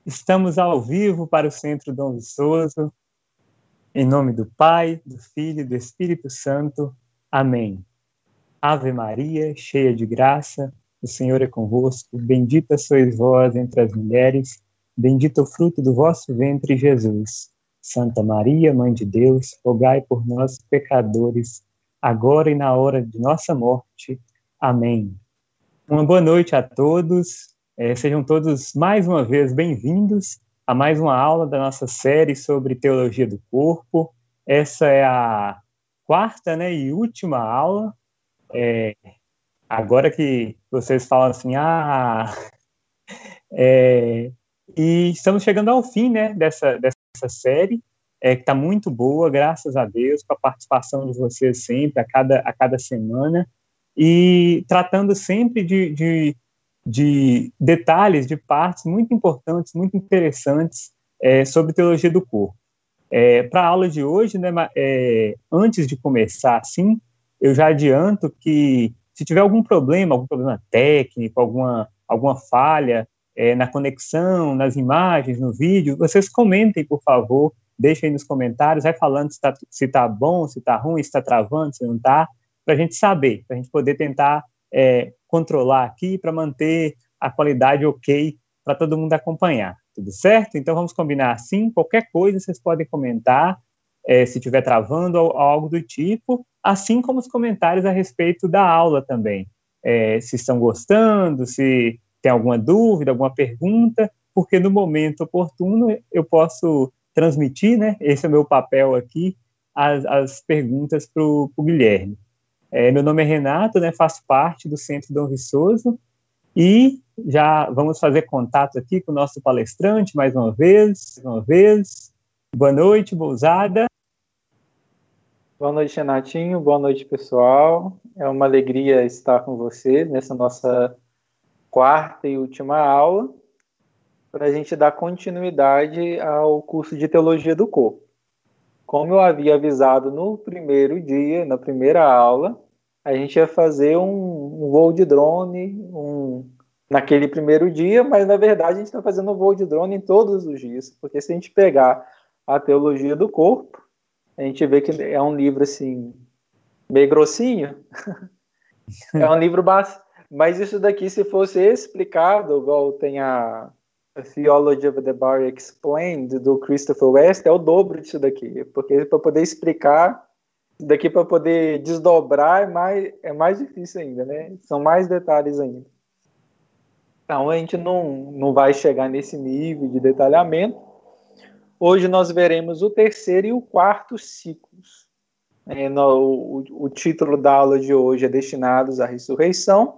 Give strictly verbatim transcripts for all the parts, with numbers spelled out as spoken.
Estamos ao vivo para o Centro Dom Viçoso, em nome do Pai, do Filho e do Espírito Santo. Amém. Ave Maria, cheia de graça, o Senhor é convosco. Bendita sois vós entre as mulheres, bendito o fruto do vosso ventre, Jesus. Santa Maria, Mãe de Deus, rogai por nós, pecadores, agora e na hora de nossa morte. Amém. Uma boa noite a todos. É, sejam todos mais uma vez bem-vindos a mais uma aula da nossa série sobre teologia do corpo. Essa é a quarta, né, e última aula. É, agora que vocês falam assim, ah, é, e estamos chegando ao fim, né, dessa, dessa série, é, que está muito boa, graças a Deus, com a participação de vocês sempre, a cada, a cada semana, e tratando sempre de, de de detalhes, de partes muito importantes, muito interessantes é, sobre teologia do corpo. É, para a aula de hoje, né, é, antes de começar, assim, eu já adianto que se tiver algum problema, algum problema técnico, alguma, alguma falha é, na conexão, nas imagens, no vídeo, vocês comentem, por favor, deixem aí nos comentários, vai falando se está se tá bom, se está ruim, se está travando, se não está, para a gente saber, para a gente poder tentar é, controlar aqui para manter a qualidade ok para todo mundo acompanhar. Tudo certo? Então vamos combinar assim. Qualquer coisa vocês podem comentar, é, se estiver travando ou, ou algo do tipo, assim como os comentários a respeito da aula também. É, se estão gostando, se tem alguma dúvida, alguma pergunta, porque no momento oportuno eu posso transmitir, né? Esse é o meu papel aqui, as, as perguntas para o Guilherme. É, meu nome é Renato, né, faço parte do Centro Dom Viçoso e já vamos fazer contato aqui com o nosso palestrante mais uma vez. Uma vez. Boa noite, Bousada. Boa noite, Renatinho. Boa noite, pessoal. É uma alegria estar com vocês nessa nossa quarta e última aula para a gente dar continuidade ao curso de Teologia do Corpo. Como eu havia avisado no primeiro dia, na primeira aula, a gente ia fazer um, um voo de drone um, naquele primeiro dia, mas na verdade a gente está fazendo um voo de drone em todos os dias, porque se a gente pegar a Teologia do Corpo, a gente vê que é um livro assim, meio grossinho. É um livro bastante. Mas isso daqui, se fosse explicado, igual tem a A Theology of the Body Explained, do Christopher West, é o dobro disso daqui. Porque para poder explicar, daqui para poder desdobrar é mais, é mais difícil ainda, né? São mais detalhes ainda. Então, a gente não, não vai chegar nesse nível de detalhamento. Hoje nós veremos o terceiro e o quarto ciclos. É, no, o, o título da aula de hoje é Destinados à Ressurreição,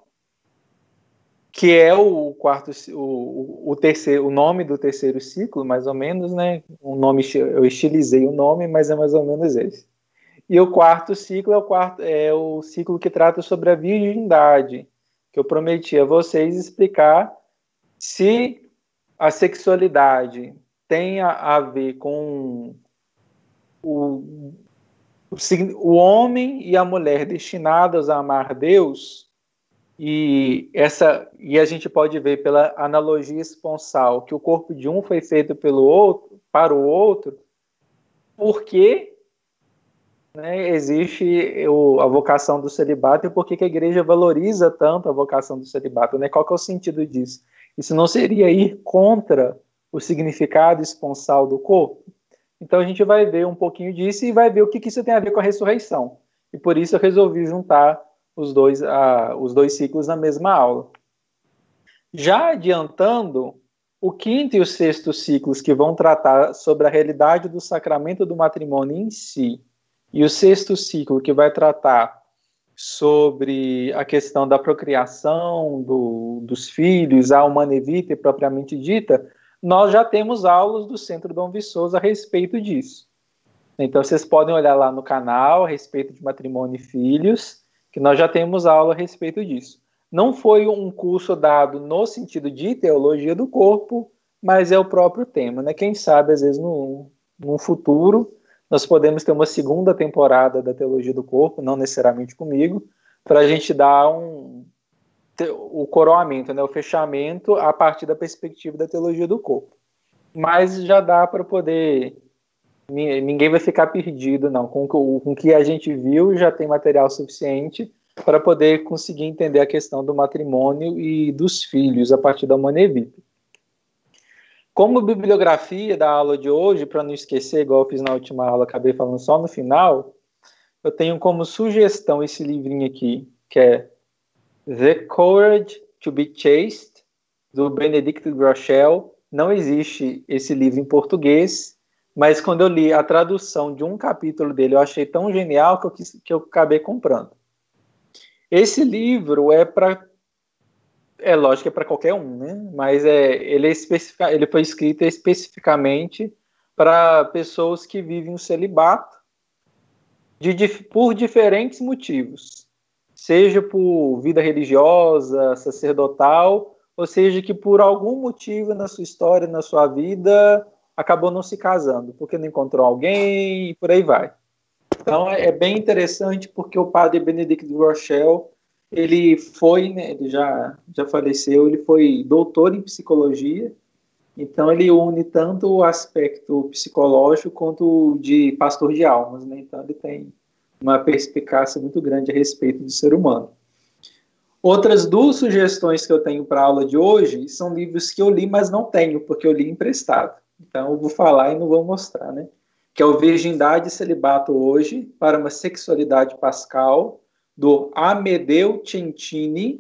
que é o quarto, o, o terceiro, o nome do terceiro ciclo, mais ou menos, né? O nome, eu estilizei o nome, mas é mais ou menos esse. E o quarto ciclo é o quarto, é o ciclo que trata sobre a virgindade, que eu prometi a vocês explicar se a sexualidade tem a, a ver com o, o, o homem e a mulher destinados a amar Deus. E, essa, e a gente pode ver pela analogia esponsal que o corpo de um foi feito pelo outro, para o outro, porque, né, existe o, a vocação do celibato e por que a igreja valoriza tanto a vocação do celibato. Né? Qual que é o sentido disso? Isso não seria ir contra o significado esponsal do corpo? Então a gente vai ver um pouquinho disso e vai ver o que, que isso tem a ver com a ressurreição. E por isso eu resolvi juntar os dois, uh, os dois ciclos na mesma aula. Já adiantando, o quinto e o sexto ciclos que vão tratar sobre a realidade do sacramento do matrimônio em si, e o sexto ciclo que vai tratar sobre a questão da procriação do, dos filhos, a humana vitae propriamente dita, nós já temos aulas do Centro Dom Viçoso a respeito disso. Então vocês podem olhar lá no canal a respeito de matrimônio e filhos, que nós já temos aula a respeito disso. Não foi um curso dado no sentido de teologia do corpo, mas é o próprio tema, né? Quem sabe, às vezes, no, no futuro, nós podemos ter uma segunda temporada da teologia do corpo, não necessariamente comigo, para a gente dar um, o coroamento, né? O fechamento a partir da perspectiva da teologia do corpo. mas já dá para poder... Ninguém vai ficar perdido, não. Com o que a gente viu, já tem material suficiente para poder conseguir entender a questão do matrimônio e dos filhos a partir da Monevita. Como bibliografia da aula de hoje, para não esquecer, igual eu fiz na última aula, acabei falando só no final, eu tenho como sugestão esse livrinho aqui, que é The Courage to be Chaste, do Benedict Groeschel. Não existe esse livro em português, mas quando eu li a tradução de um capítulo dele, eu achei tão genial que eu, quis, que eu acabei comprando. Esse livro é para... É lógico que é para qualquer um, né? Mas é, ele, é especifica, ele foi escrito especificamente para pessoas que vivem o celibato de, por diferentes motivos. Seja por vida religiosa, sacerdotal, ou seja que por algum motivo na sua história, na sua vida, acabou não se casando, porque não encontrou alguém e por aí vai. Então é bem interessante porque o padre Benedict Groeschel, ele foi, né, ele já, já faleceu, ele foi doutor em psicologia, então ele une tanto o aspecto psicológico quanto o de pastor de almas, né? Então ele tem uma perspicácia muito grande a respeito do ser humano. Outras duas sugestões que eu tenho para a aula de hoje são livros que eu li, mas não tenho, porque eu li emprestado. Então eu vou falar e não vou mostrar, né? Que é o Virgindade e Celibato Hoje, para uma Sexualidade Pascal, do Amedeo Centini.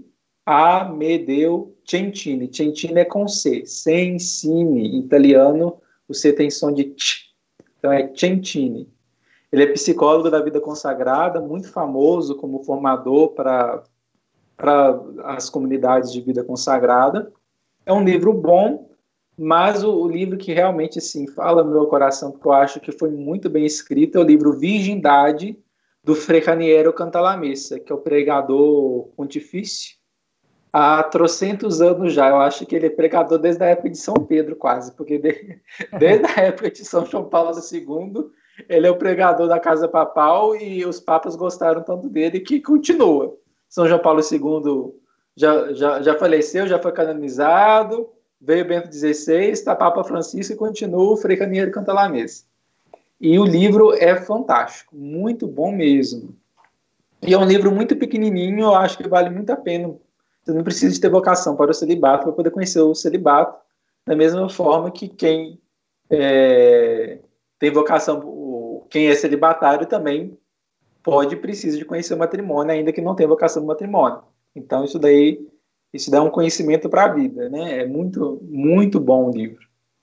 Amedeo Centini. Centini é com C. Cencini. Em italiano, o C tem som de T. Então é Centini. Ele é psicólogo da vida consagrada, muito famoso como formador para para as comunidades de vida consagrada. É um livro bom, mas o, o livro que realmente assim, fala no meu coração, porque eu acho que foi muito bem escrito, é o livro Virgindade, do Frei Raniero Cantalamessa, que é o pregador pontifício há trocentos anos já. Eu acho que ele é pregador desde a época de São Pedro, quase, porque de, desde a época de São João Paulo segundo, ele é o pregador da Casa Papal e os papas gostaram tanto dele que continua. São João Paulo segundo já, já, já faleceu, já foi canonizado, veio Bento dezesseis, está Papa Francisco e continua o Frei Raniero Cantalamessa. E o livro é fantástico, muito bom mesmo. E é um livro muito pequenininho, eu acho que vale muito a pena. Você não precisa de ter vocação para o celibato, para poder conhecer o celibato, da mesma forma que quem é, tem vocação, quem é celibatário também pode e precisa de conhecer o matrimônio, ainda que não tenha vocação do matrimônio. Então, isso daí, isso dá um conhecimento para a vida, né? É muito, muito bom o livro.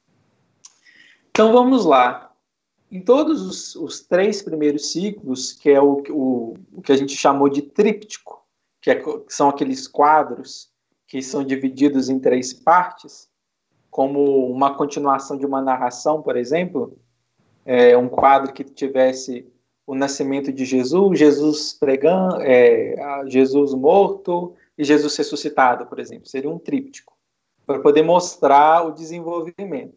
Então, vamos lá. Em todos os, os três primeiros ciclos, que é o, o, o que a gente chamou de tríptico, que, é, que são aqueles quadros que são divididos em três partes, como uma continuação de uma narração, por exemplo, é, um quadro que tivesse o nascimento de Jesus, Jesus pregando, é, Jesus morto e Jesus ressuscitado, por exemplo. Seria um tríptico, para poder mostrar o desenvolvimento.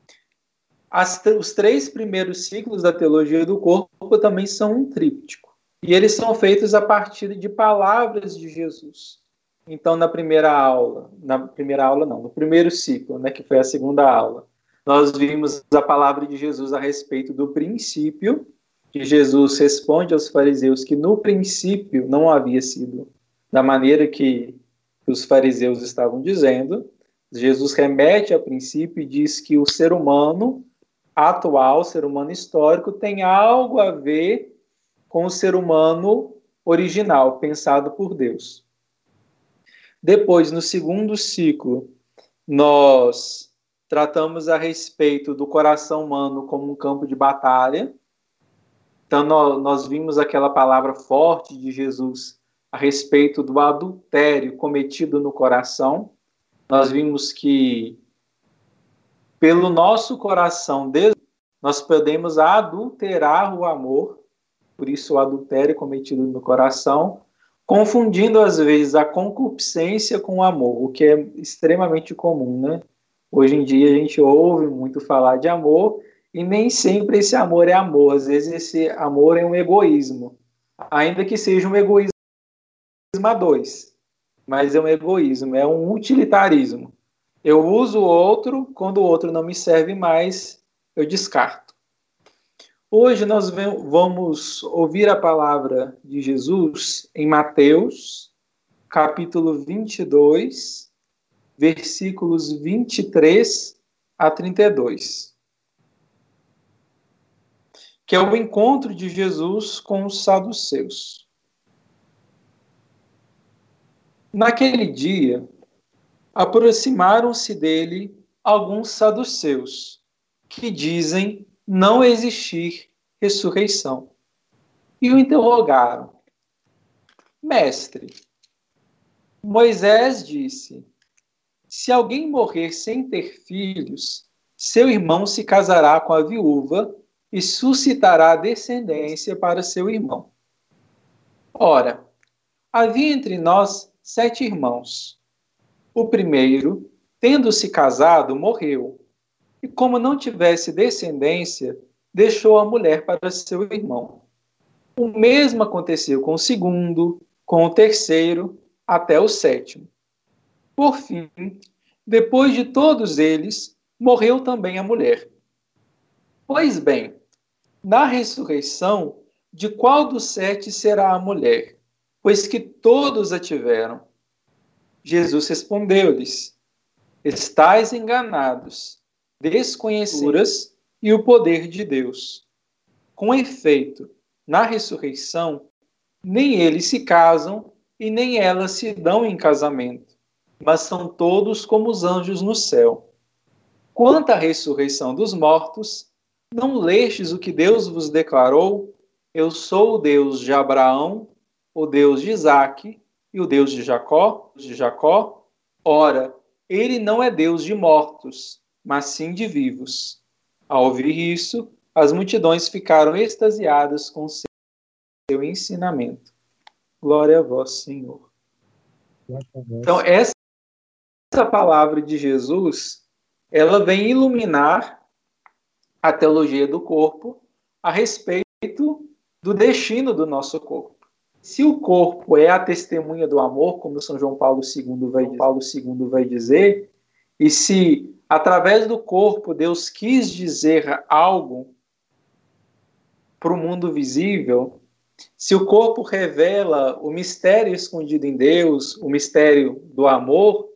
As, os três primeiros ciclos da teologia do corpo também são um tríptico. E eles são feitos a partir de palavras de Jesus. Então, na primeira aula, na primeira aula não, no primeiro ciclo, né, que foi a segunda aula, nós vimos a palavra de Jesus a respeito do princípio, que Jesus responde aos fariseus que no princípio não havia sido da maneira que os fariseus estavam dizendo. Jesus remete ao princípio e diz que o ser humano atual, o ser humano histórico, tem algo a ver com o ser humano original, pensado por Deus. Depois, no segundo ciclo, nós tratamos a respeito do coração humano como um campo de batalha. Então, nós, nós vimos aquela palavra forte de Jesus a respeito do adultério cometido no coração. Nós vimos que, pelo nosso coração, nós podemos adulterar o amor, por isso o adultério cometido no coração, confundindo às vezes a concupiscência com o amor, o que é extremamente comum, né? Hoje em dia a gente ouve muito falar de amor e nem sempre esse amor é amor, às vezes esse amor é um egoísmo, ainda que seja um egoísmo a dois, mas é um egoísmo, é um utilitarismo. Eu uso o outro, quando o outro não me serve mais, eu descarto. Hoje nós vamos ouvir a palavra de Jesus em Mateus, capítulo vinte e dois, versículos vinte e três a trinta e dois, que é o encontro de Jesus com os saduceus. Naquele dia, aproximaram-se dele alguns saduceus, que dizem não existir ressurreição, e o interrogaram: Mestre, Moisés disse: se alguém morrer sem ter filhos, seu irmão se casará com a viúva e suscitará descendência para seu irmão. Ora, havia entre nós sete irmãos. O primeiro, tendo-se casado, morreu, e como não tivesse descendência, deixou a mulher para seu irmão. O mesmo aconteceu com o segundo, com o terceiro, até o sétimo. Por fim, depois de todos eles, morreu também a mulher. Pois bem, na ressurreição, de qual dos sete será a mulher? Pois que todos a tiveram. Jesus respondeu-lhes: estais enganados, desconhecedoras e o poder de Deus. Com efeito, na ressurreição, nem eles se casam e nem elas se dão em casamento, mas são todos como os anjos no céu. Quanto à ressurreição dos mortos, não lestes o que Deus vos declarou? Eu sou o Deus de Abraão, o Deus de Isaque e o Deus de Jacó, de Jacó. Ora, ele não é Deus de mortos, mas sim de vivos. Ao ouvir isso, as multidões ficaram extasiadas com seu ensinamento. Glória a vós, Senhor. Então, essa palavra de Jesus, ela vem iluminar a teologia do corpo a respeito do destino do nosso corpo. Se o corpo é a testemunha do amor, como São João Paulo segundo vai, Paulo segundo vai dizer, e se através do corpo Deus quis dizer algo para o mundo visível, se o corpo revela o mistério escondido em Deus, o mistério do amor,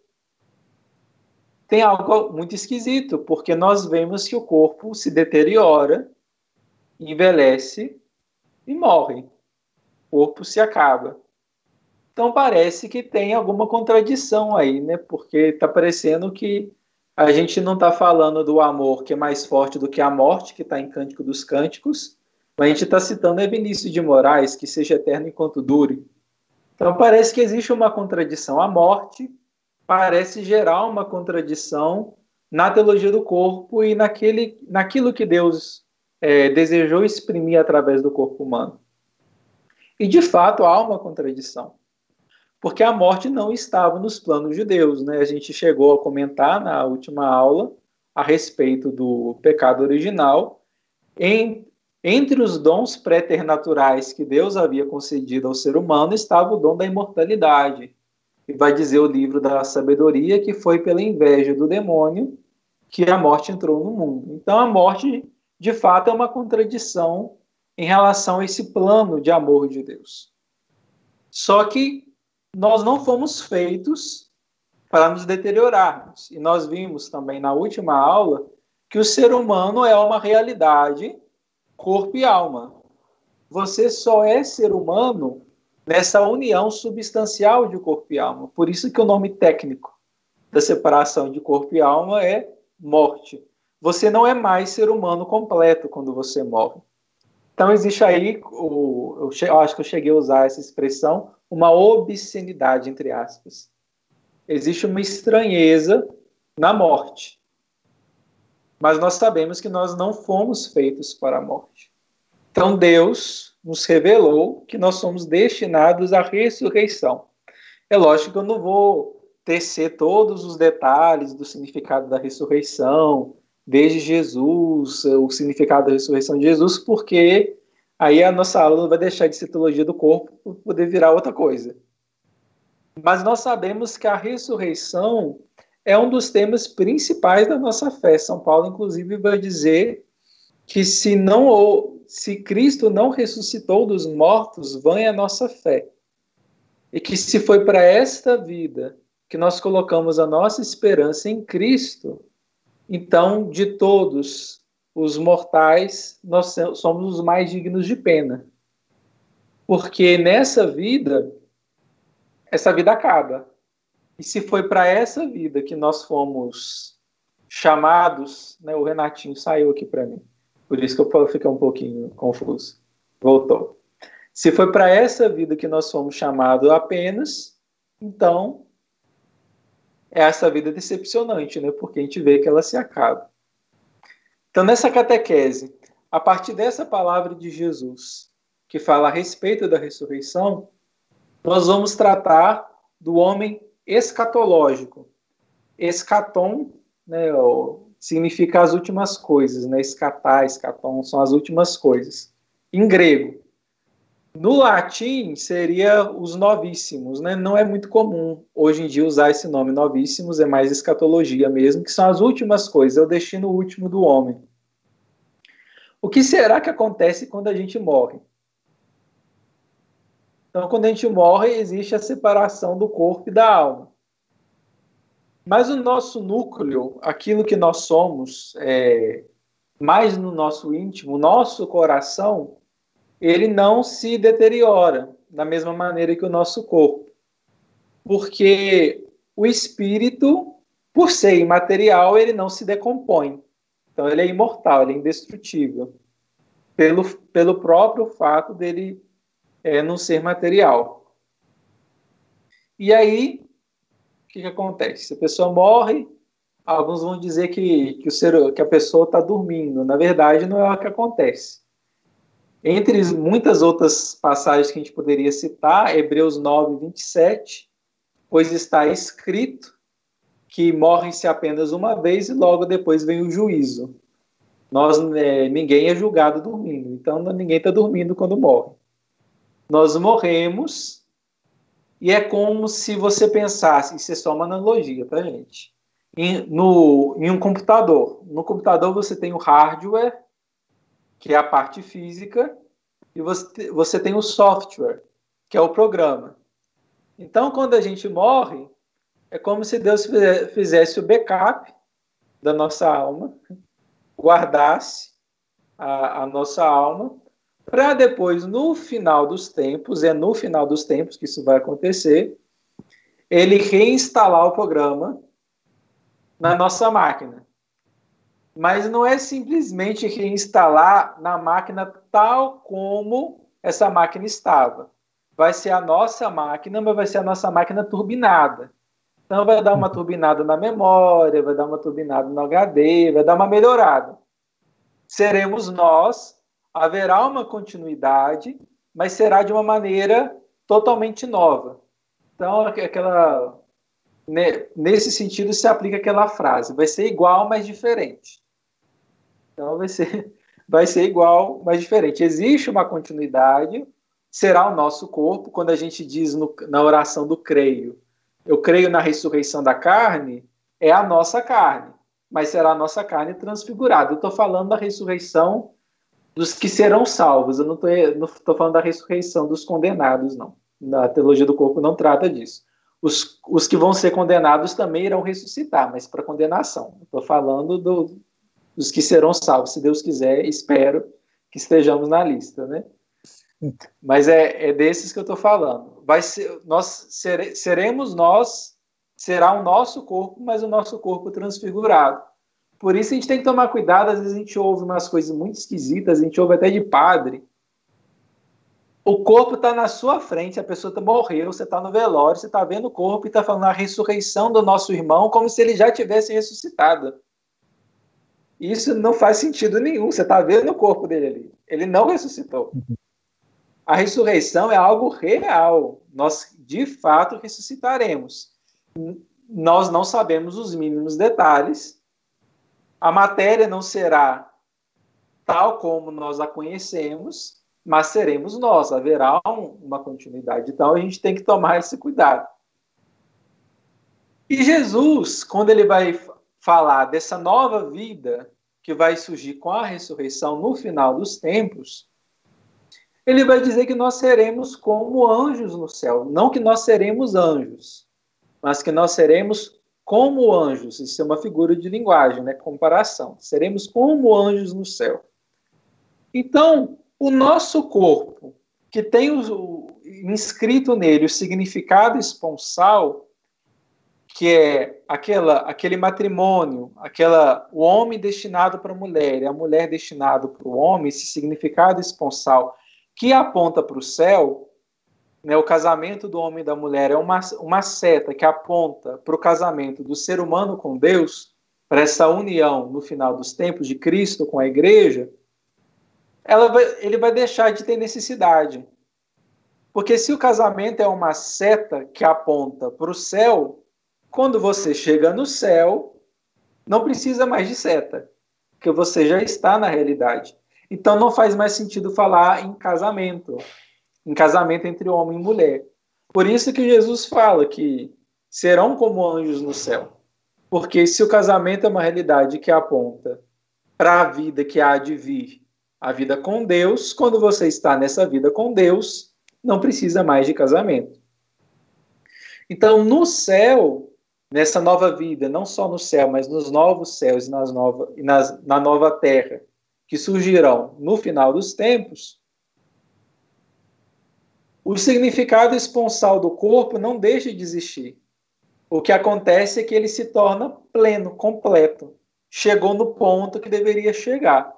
tem algo muito esquisito, porque nós vemos que o corpo se deteriora, envelhece e morre. O corpo se acaba. Então parece que tem alguma contradição aí, né? Porque está parecendo que a gente não está falando do amor que é mais forte do que a morte, que está em Cântico dos Cânticos, mas a gente está citando é Vinícius de Moraes, que seja eterno enquanto dure. Então parece que existe uma contradição. A morte parece gerar uma contradição na teologia do corpo e naquele, naquilo que Deus é, desejou exprimir através do corpo humano. E, de fato, há uma contradição, porque a morte não estava nos planos de Deus, né? A gente chegou a comentar na última aula a respeito do pecado original. Em, entre os dons préternaturais que Deus havia concedido ao ser humano estava o dom da imortalidade. E vai dizer o livro da sabedoria que foi pela inveja do demônio que a morte entrou no mundo. Então a morte, de fato, é uma contradição em relação a esse plano de amor de Deus. Só que nós não fomos feitos para nos deteriorarmos. E nós vimos também na última aula que o ser humano é uma realidade, corpo e alma. Você só é ser humano nessa união substancial de corpo e alma. Por isso que o nome técnico da separação de corpo e alma é morte. Você não é mais ser humano completo quando você morre. Então existe aí, o, eu acho que eu cheguei a usar essa expressão, uma obscenidade, entre aspas. Existe uma estranheza na morte. Mas nós sabemos que nós não fomos feitos para a morte. Então Deus nos revelou que nós somos destinados à ressurreição. É lógico que eu não vou tecer todos os detalhes do significado da ressurreição, desde Jesus, o significado da ressurreição de Jesus, porque aí a nossa aula vai deixar de ser teologia do corpo para poder virar outra coisa. Mas nós sabemos que a ressurreição é um dos temas principais da nossa fé. São Paulo, inclusive, vai dizer que se não se Cristo não ressuscitou dos mortos, vã é a nossa fé. E que se foi para esta vida que nós colocamos a nossa esperança em Cristo, então, de todos os mortais, nós somos os mais dignos de pena. Porque nessa vida, essa vida acaba. E se foi para essa vida que nós fomos chamados, né, o Renatinho saiu aqui para mim, por isso que eu fiquei um pouquinho confuso. Voltou. Se foi para essa vida que nós fomos chamados apenas, então é essa vida decepcionante, né? Porque a gente vê que ela se acaba. Então, nessa catequese, a partir dessa palavra de Jesus, que fala a respeito da ressurreição, nós vamos tratar do homem escatológico. Escatom, né, significa as últimas coisas, né? Escatá, escatom, são as últimas coisas. Em grego. No latim, seria os novíssimos, né? Não é muito comum hoje em dia usar esse nome novíssimos, é mais escatologia mesmo, que são as últimas coisas, é o destino último do homem. O que será que acontece quando a gente morre? Então, quando a gente morre, existe a separação do corpo e da alma. Mas o nosso núcleo, aquilo que nós somos, é, mais no nosso íntimo, o nosso coração, ele não se deteriora da mesma maneira que o nosso corpo. Porque o espírito, por ser imaterial, ele não se decompõe. Então, ele é imortal, ele é indestrutível. Pelo, pelo próprio fato dele é, não ser material. E aí, o que, que acontece? Se a pessoa morre, alguns vão dizer que, que, o ser, que a pessoa está dormindo. Na verdade, não é o que acontece. Entre muitas outras passagens que a gente poderia citar, Hebreus nove, vinte e sete, pois está escrito que morre-se apenas uma vez e logo depois vem o juízo. Nós, é, ninguém é julgado dormindo, então ninguém está dormindo quando morre. Nós morremos e é como se você pensasse, isso é só uma analogia, tá, gente? Em, no, em um computador. No computador você tem o hardware, que é a parte física, e você, você tem o software, que é o programa. Então, quando a gente morre, é como se Deus fizesse o backup da nossa alma, guardasse a, a nossa alma, para depois, no final dos tempos, é no final dos tempos que isso vai acontecer, ele reinstalar o programa na nossa máquina. Mas não é simplesmente reinstalar na máquina tal como essa máquina estava. Vai ser a nossa máquina, mas vai ser a nossa máquina turbinada. Então vai dar uma turbinada na memória, vai dar uma turbinada no H D, vai dar uma melhorada. Seremos nós, haverá uma continuidade, mas será de uma maneira totalmente nova. Então, aquela, nesse sentido, se aplica aquela frase, vai ser igual, mas diferente. Então, vai ser, vai ser igual, mas diferente. Existe uma continuidade, será o nosso corpo. Quando a gente diz no, na oração do creio, eu creio na ressurreição da carne, é a nossa carne, mas será a nossa carne transfigurada. Eu estou falando da ressurreição dos que serão salvos, eu não estou falando da ressurreição dos condenados, não. A teologia do corpo não trata disso. Os, os que vão ser condenados também irão ressuscitar, mas para condenação. Estou falando do, dos que serão salvos, se Deus quiser, espero que estejamos na lista, né? Mas é, é desses que eu estou falando. Vai ser, nós sere, seremos nós, será o nosso corpo, mas o nosso corpo transfigurado. Por isso a gente tem que tomar cuidado, às vezes a gente ouve umas coisas muito esquisitas, a gente ouve até de padre. O corpo está na sua frente, a pessoa tá, morreu, você está no velório, você está vendo o corpo e está falando a ressurreição do nosso irmão como se ele já tivesse ressuscitado. Isso não faz sentido nenhum, você está vendo o corpo dele ali. Ele não ressuscitou. A ressurreição é algo real. Nós, de fato, ressuscitaremos. Nós não sabemos os mínimos detalhes. A matéria não será tal como nós a conhecemos, mas seremos nós. Haverá um, uma continuidade. Então, a gente tem que tomar esse cuidado. E Jesus, quando ele vai falar dessa nova vida que vai surgir com a ressurreição no final dos tempos, ele vai dizer que nós seremos como anjos no céu. Não que nós seremos anjos, mas que nós seremos como anjos. Isso é uma figura de linguagem, né? Comparação. Seremos como anjos no céu. Então, o nosso corpo, que tem o, inscrito nele o significado esponsal, que é aquela, aquele matrimônio, aquela, o homem destinado para a mulher e a mulher destinada para o homem, esse significado esponsal que aponta para o céu, né, o casamento do homem e da mulher é uma, uma seta que aponta para o casamento do ser humano com Deus, para essa união no final dos tempos de Cristo com a igreja, ela vai, ele vai deixar de ter necessidade. Porque se o casamento é uma seta que aponta para o céu, quando você chega no céu, não precisa mais de seta, porque você já está na realidade. Então não faz mais sentido falar em casamento, em casamento entre homem e mulher. Por isso que Jesus fala que serão como anjos no céu. Porque se o casamento é uma realidade que aponta para a vida que há de vir, a vida com Deus, quando você está nessa vida com Deus, não precisa mais de casamento. Então, no céu, nessa nova vida, não só no céu, mas nos novos céus e, nas nova, e nas, na nova terra, que surgirão no final dos tempos, o significado esponsal do corpo não deixa de existir. O que acontece é que ele se torna pleno, completo. Chegou no ponto que deveria chegar.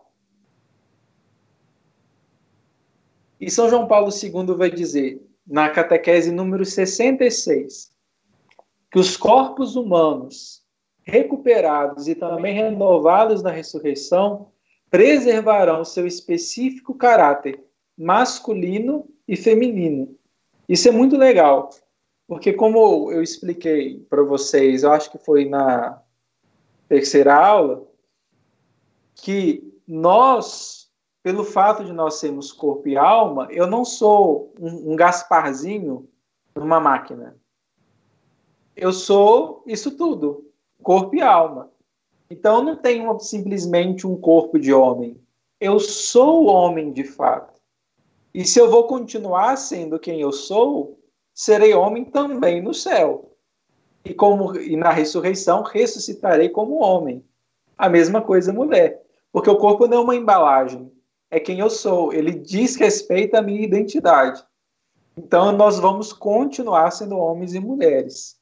E São João Paulo segundo vai dizer, na catequese número sessenta e seis, que os corpos humanos recuperados e também renovados na ressurreição preservarão seu específico caráter masculino e feminino. Isso é muito legal, porque como eu expliquei para vocês, eu acho que foi na terceira aula, que nós, pelo fato de nós sermos corpo e alma, eu não sou um, um Gasparzinho numa máquina. Eu sou isso tudo, corpo e alma. Então, eu não tenho simplesmente um corpo de homem. Eu sou homem de fato. E se eu vou continuar sendo quem eu sou, serei homem também no céu. E, como, e na ressurreição, ressuscitarei como homem. A mesma coisa mulher. Porque o corpo não é uma embalagem. É quem eu sou. Ele diz respeito à minha identidade. Então, nós vamos continuar sendo homens e mulheres.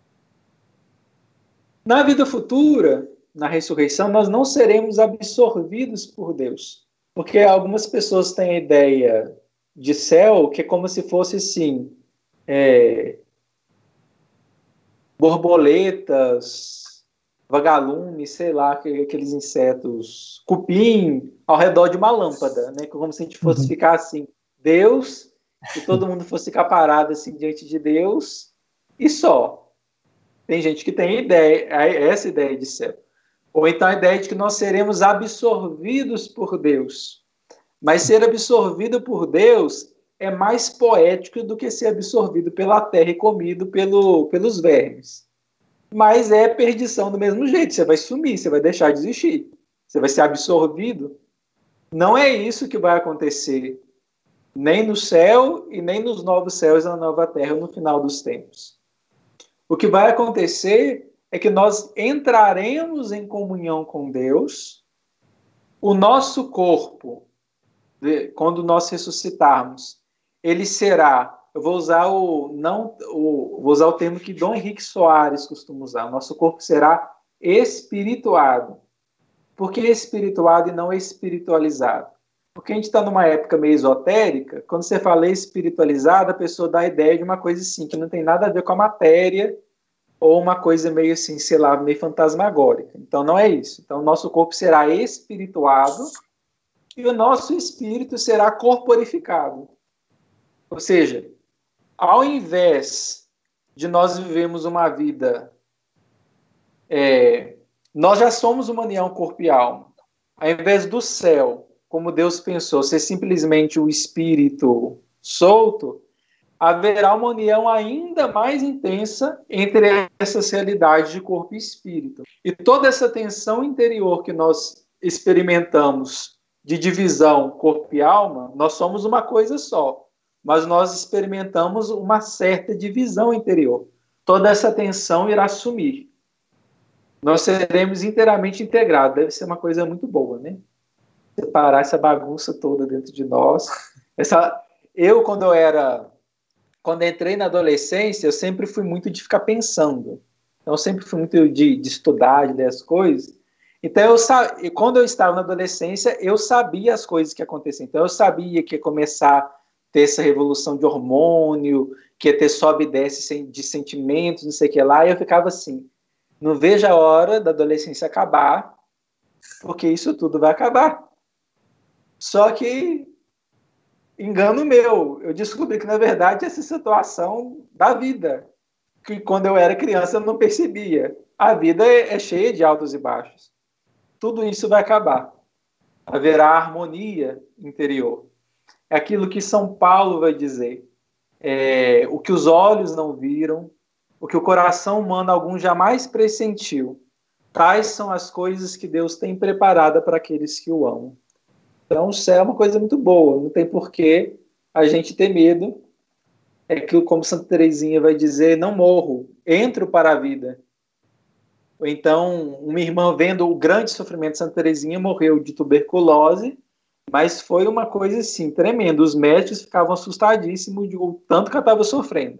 Na vida futura, na ressurreição, nós não seremos absorvidos por Deus. Porque algumas pessoas têm a ideia de céu que é como se fosse, assim, é, borboletas, vagalumes, sei lá, aqueles insetos, cupim, ao redor de uma lâmpada, né? Como se a gente fosse uhum. ficar assim, Deus, e todo mundo fosse ficar parado assim diante de Deus, e só. Tem gente que tem ideia, essa ideia de céu. Ou então a ideia de que nós seremos absorvidos por Deus. Mas ser absorvido por Deus é mais poético do que ser absorvido pela terra e comido pelo, pelos vermes. Mas é perdição do mesmo jeito. Você vai sumir, você vai deixar de existir. Você vai ser absorvido. Não é isso que vai acontecer nem no céu e nem nos novos céus e na nova terra no final dos tempos. O que vai acontecer é que nós entraremos em comunhão com Deus, o nosso corpo, quando nós ressuscitarmos, ele será, eu vou usar o, não, o, vou usar o termo que Dom Henrique Soares costuma usar, o nosso corpo será espirituado. Por que espirituado e não espiritualizado? Porque a gente está numa época meio esotérica, quando você fala espiritualizado, a pessoa dá a ideia de uma coisa assim, que não tem nada a ver com a matéria, ou uma coisa meio assim, sei lá, meio fantasmagórica. Então não é isso. Então o nosso corpo será espirituado e o nosso espírito será corporificado. Ou seja, ao invés de nós vivermos uma vida... É, nós já somos uma união corpo e alma. Ao invés do céu, como Deus pensou, ser simplesmente o espírito solto, haverá uma união ainda mais intensa entre essas realidades de corpo e espírito. E toda essa tensão interior que nós experimentamos de divisão corpo e alma, nós somos uma coisa só, mas nós experimentamos uma certa divisão interior. Toda essa tensão irá sumir. Nós seremos inteiramente integrados. Deve ser uma coisa muito boa, né? Separar essa bagunça toda dentro de nós. Essa... Eu, quando eu era... Quando entrei na adolescência, eu sempre fui muito de ficar pensando. Então, eu sempre fui muito de, de estudar, de ler as coisas. Então, eu sa... quando eu estava na adolescência, eu sabia as coisas que aconteciam. Então, eu sabia que ia começar a ter essa revolução de hormônio, que ia ter sobe e desce de sentimentos, não sei o que lá. E eu ficava assim, não vejo a hora da adolescência acabar, porque isso tudo vai acabar. Só que... engano meu, eu descobri que, na verdade, essa situação da vida, que quando eu era criança eu não percebia. A vida é, é cheia de altos e baixos. Tudo isso vai acabar. Haverá harmonia interior. É aquilo que São Paulo vai dizer. É, o que os olhos não viram, o que o coração humano algum jamais pressentiu. Tais são as coisas que Deus tem preparada para aqueles que o amam. Então, o céu é uma coisa muito boa, não tem porquê a gente ter medo. É que, como Santa Teresinha vai dizer, não morro, entro para a vida. Ou então, uma irmã vendo o grande sofrimento de Santa Teresinha, morreu de tuberculose, mas foi uma coisa assim, tremenda. Os médicos ficavam assustadíssimos de o tanto que ela estava sofrendo.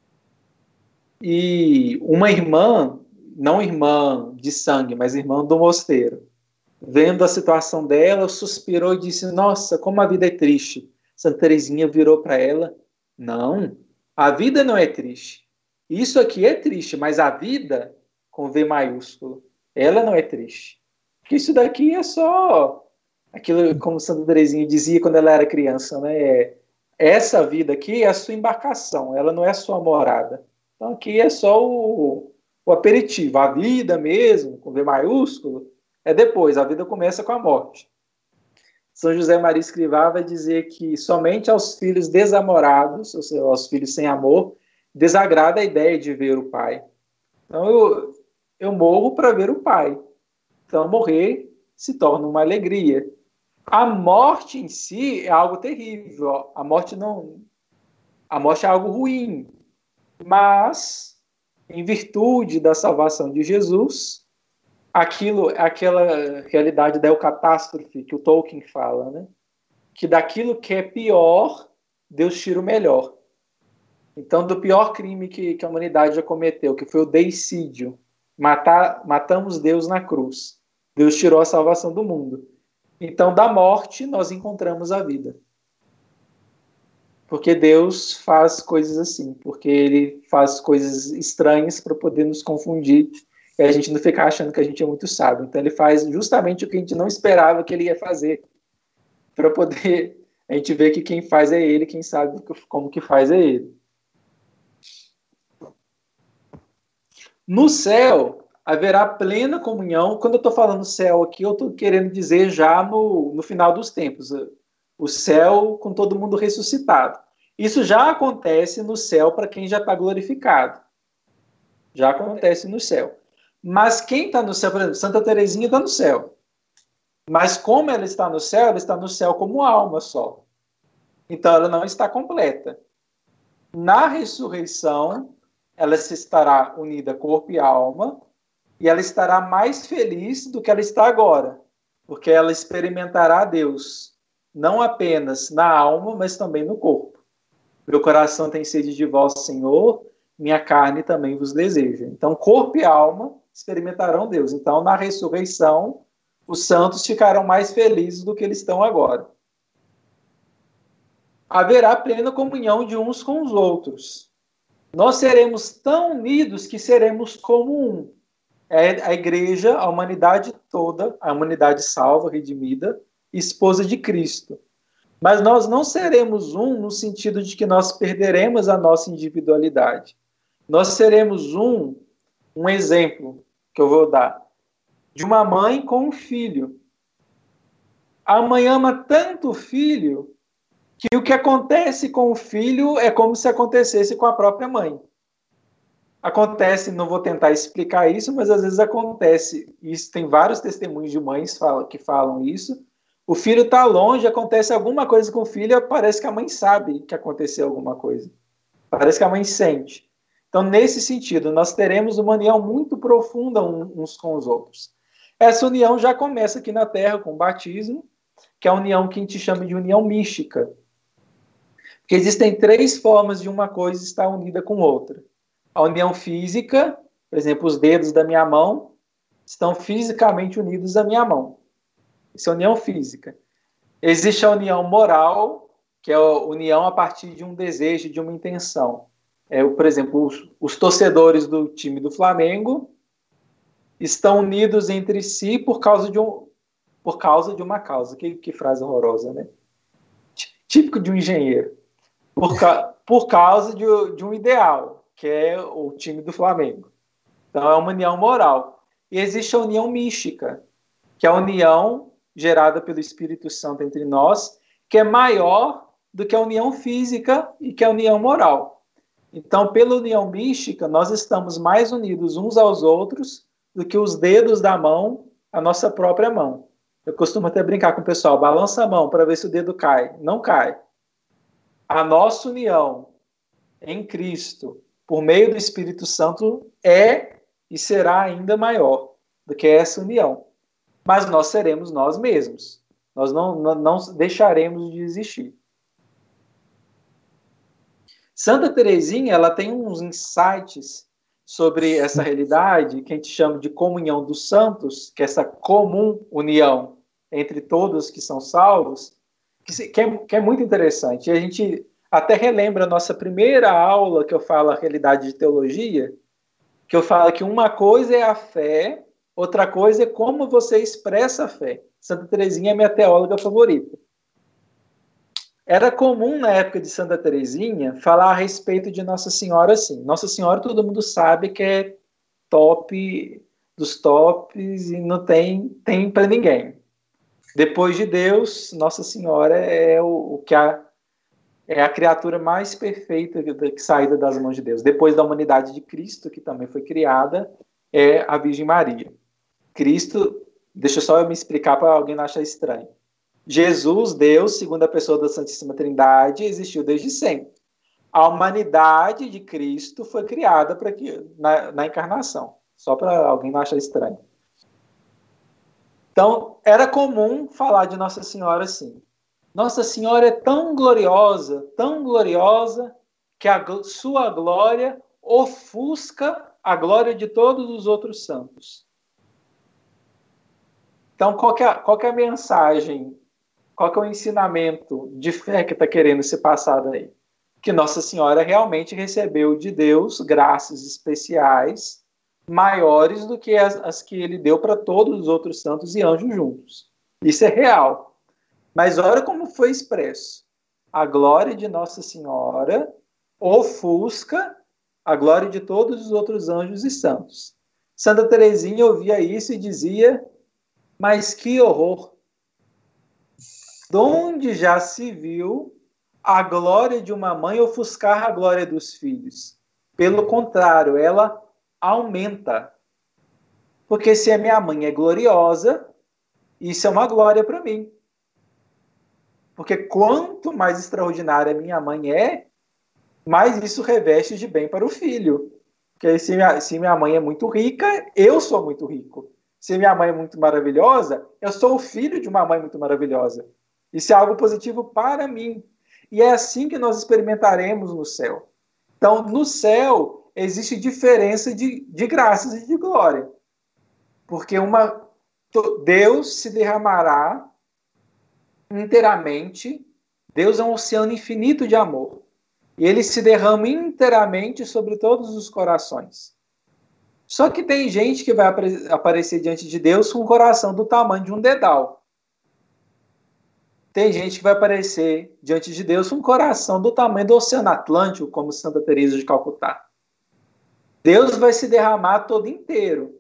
E uma irmã, não irmã de sangue, mas irmã do mosteiro, vendo a situação dela, suspirou e disse, nossa, como a vida é triste. Santa Teresinha virou para ela, não, a vida não é triste. Isso aqui é triste, mas a vida, com V maiúsculo, ela não é triste. Porque isso daqui é só aquilo, como Santa Teresinha dizia quando ela era criança, né? Essa vida aqui é a sua embarcação, ela não é a sua morada. Então aqui é só o, o aperitivo. A vida mesmo, com V maiúsculo, é depois, a vida começa com a morte. São José Maria Escrivá vai dizer que somente aos filhos desamorados, ou seja, aos filhos sem amor, desagrada a ideia de ver o pai. Então eu, eu morro para ver o pai. Então morrer se torna uma alegria. A morte em si é algo terrível. A morte não, a morte é algo ruim. Mas, em virtude da salvação de Jesus, aquilo, aquela realidade da eucatástrofe que o Tolkien fala, né? Que daquilo que é pior, Deus tira o melhor. Então, do pior crime que, que a humanidade já cometeu, que foi o deicídio, matar, matamos Deus na cruz. Deus tirou a salvação do mundo. Então, da morte, nós encontramos a vida. Porque Deus faz coisas assim, porque Ele faz coisas estranhas para poder nos confundir e a gente não ficar achando que a gente é muito sábio. Então Ele faz justamente o que a gente não esperava que Ele ia fazer, para poder a gente ver que quem faz é Ele, quem sabe como que faz é Ele. No céu haverá plena comunhão. Quando eu estou falando céu aqui, eu estou querendo dizer já no, no final dos tempos. O céu com todo mundo ressuscitado. Isso já acontece no céu para quem já está glorificado. Já acontece no céu. Mas quem está no céu, por exemplo, Santa Teresinha está no céu. Mas como ela está no céu, ela está no céu como alma só. Então ela não está completa. Na ressurreição, ela se estará unida corpo e alma, e ela estará mais feliz do que ela está agora, porque ela experimentará Deus, não apenas na alma, mas também no corpo. Meu coração tem sede de vós, Senhor, minha carne também vos deseja. Então, corpo e alma experimentarão Deus. Então, na ressurreição, os santos ficarão mais felizes do que eles estão agora. Haverá plena comunhão de uns com os outros. Nós seremos tão unidos que seremos como um. É a igreja, a humanidade toda, a humanidade salva, redimida, esposa de Cristo. Mas nós não seremos um no sentido de que nós perderemos a nossa individualidade. Nós seremos um, um exemplo que eu vou dar, de uma mãe com um filho. A mãe ama tanto o filho que o que acontece com o filho é como se acontecesse com a própria mãe. Acontece, não vou tentar explicar isso, mas às vezes acontece. Isso tem vários testemunhos de mães que falam isso. O filho está longe, acontece alguma coisa com o filho, parece que a mãe sabe que aconteceu alguma coisa. Parece que a mãe sente. Então, nesse sentido, nós teremos uma união muito profunda uns com os outros. Essa união já começa aqui na Terra com o batismo, que é a união que a gente chama de união mística. Porque existem três formas de uma coisa estar unida com outra. A união física, por exemplo, os dedos da minha mão estão fisicamente unidos à minha mão. Isso é união física. Existe a união moral, que é a união a partir de um desejo, de uma intenção. É, por exemplo, os, os torcedores do time do Flamengo estão unidos entre si por causa de, um, por causa de uma causa. Que, que frase horrorosa, né? Típico de um engenheiro. Por, por causa de, de um ideal, que é o time do Flamengo. Então, é uma união moral. E existe a união mística, que é a união gerada pelo Espírito Santo entre nós, que é maior do que a união física e que a união moral. Então, pela união mística, nós estamos mais unidos uns aos outros do que os dedos da mão, a nossa própria mão. Eu costumo até brincar com o pessoal, balança a mão para ver se o dedo cai. Não cai. A nossa união em Cristo, por meio do Espírito Santo, é e será ainda maior do que essa união. Mas nós seremos nós mesmos. Nós não, não, não deixaremos de existir. Santa Teresinha, ela tem uns insights sobre essa realidade que a gente chama de comunhão dos santos, que é essa comum união entre todos que são salvos, que é, que é muito interessante. E a gente até relembra a nossa primeira aula, que eu falo a realidade de teologia, que eu falo que uma coisa é a fé, outra coisa é como você expressa a fé. Santa Teresinha é minha teóloga favorita. Era comum, na época de Santa Teresinha, falar a respeito de Nossa Senhora assim. Nossa Senhora, todo mundo sabe que é top dos tops e não tem, tem para ninguém. Depois de Deus, Nossa Senhora é o, o que a, é a criatura mais perfeita que saída das mãos de Deus. Depois da humanidade de Cristo, que também foi criada, é a Virgem Maria. Cristo, deixa só eu me explicar para alguém não achar estranho. Jesus, Deus, segunda pessoa da Santíssima Trindade, existiu desde sempre. A humanidade de Cristo foi criada para que, na, na encarnação. Só para alguém não achar estranho. Então, era comum falar de Nossa Senhora assim. Nossa Senhora é tão gloriosa, tão gloriosa, que a sua glória ofusca a glória de todos os outros santos. Então, qual que é, qual que é a mensagem, qual que é o ensinamento de fé que está querendo ser passado aí? Que Nossa Senhora realmente recebeu de Deus graças especiais maiores do que as, as que ele deu para todos os outros santos e anjos juntos. Isso é real. Mas olha como foi expresso. A glória de Nossa Senhora ofusca a glória de todos os outros anjos e santos. Santa Teresinha ouvia isso e dizia, mas que horror! Donde já se viu a glória de uma mãe ofuscar a glória dos filhos? Pelo contrário, ela aumenta. Porque se a minha mãe é gloriosa, isso é uma glória para mim. Porque quanto mais extraordinária minha mãe é, mais isso reveste de bem para o filho. Porque se minha, se minha mãe é muito rica, eu sou muito rico. Se minha mãe é muito maravilhosa, eu sou o filho de uma mãe muito maravilhosa. Isso é algo positivo para mim. E é assim que nós experimentaremos no céu. Então, no céu, existe diferença de, de graças e de glória. Porque uma, Deus se derramará inteiramente. Deus é um oceano infinito de amor. E ele se derrama inteiramente sobre todos os corações. Só que tem gente que vai aparecer diante de Deus com um coração do tamanho de um dedal. Tem gente que vai aparecer diante de Deus com um coração do tamanho do Oceano Atlântico, como Santa Teresa de Calcutá. Deus vai se derramar todo inteiro.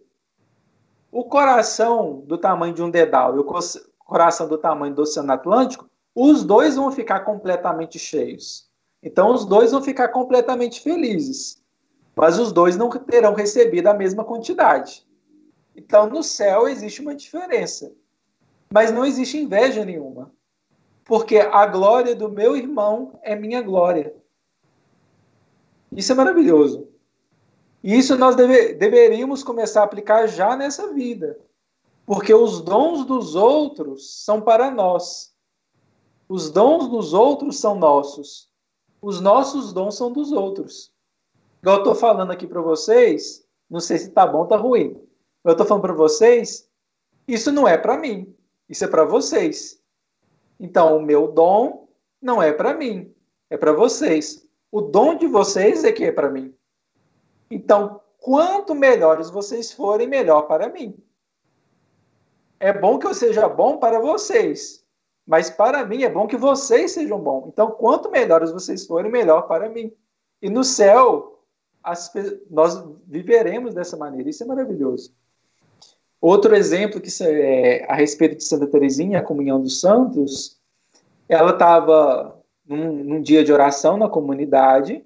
O coração do tamanho de um dedal e o coração do tamanho do Oceano Atlântico, os dois vão ficar completamente cheios. Então, os dois vão ficar completamente felizes. Mas os dois não terão recebido a mesma quantidade. Então, no céu existe uma diferença. Mas não existe inveja nenhuma. Porque a glória do meu irmão é minha glória. Isso é maravilhoso. E isso nós deve, deveríamos começar a aplicar já nessa vida. Porque os dons dos outros são para nós. Os dons dos outros são nossos. Os nossos dons são dos outros. Igual eu estou falando aqui para vocês, não sei se está bom ou está ruim. Eu estou falando para vocês, isso não é para mim. Isso é para vocês. Então, o meu dom não é para mim. É para vocês. O dom de vocês é que é para mim. Então, quanto melhores vocês forem, melhor para mim. É bom que eu seja bom para vocês, mas para mim é bom que vocês sejam bons. Então, quanto melhores vocês forem, melhor para mim. E no céu, as, nós viveremos dessa maneira. Isso é maravilhoso. Outro exemplo que é a respeito de Santa Teresinha, a comunhão dos santos, ela estava num, num dia de oração na comunidade.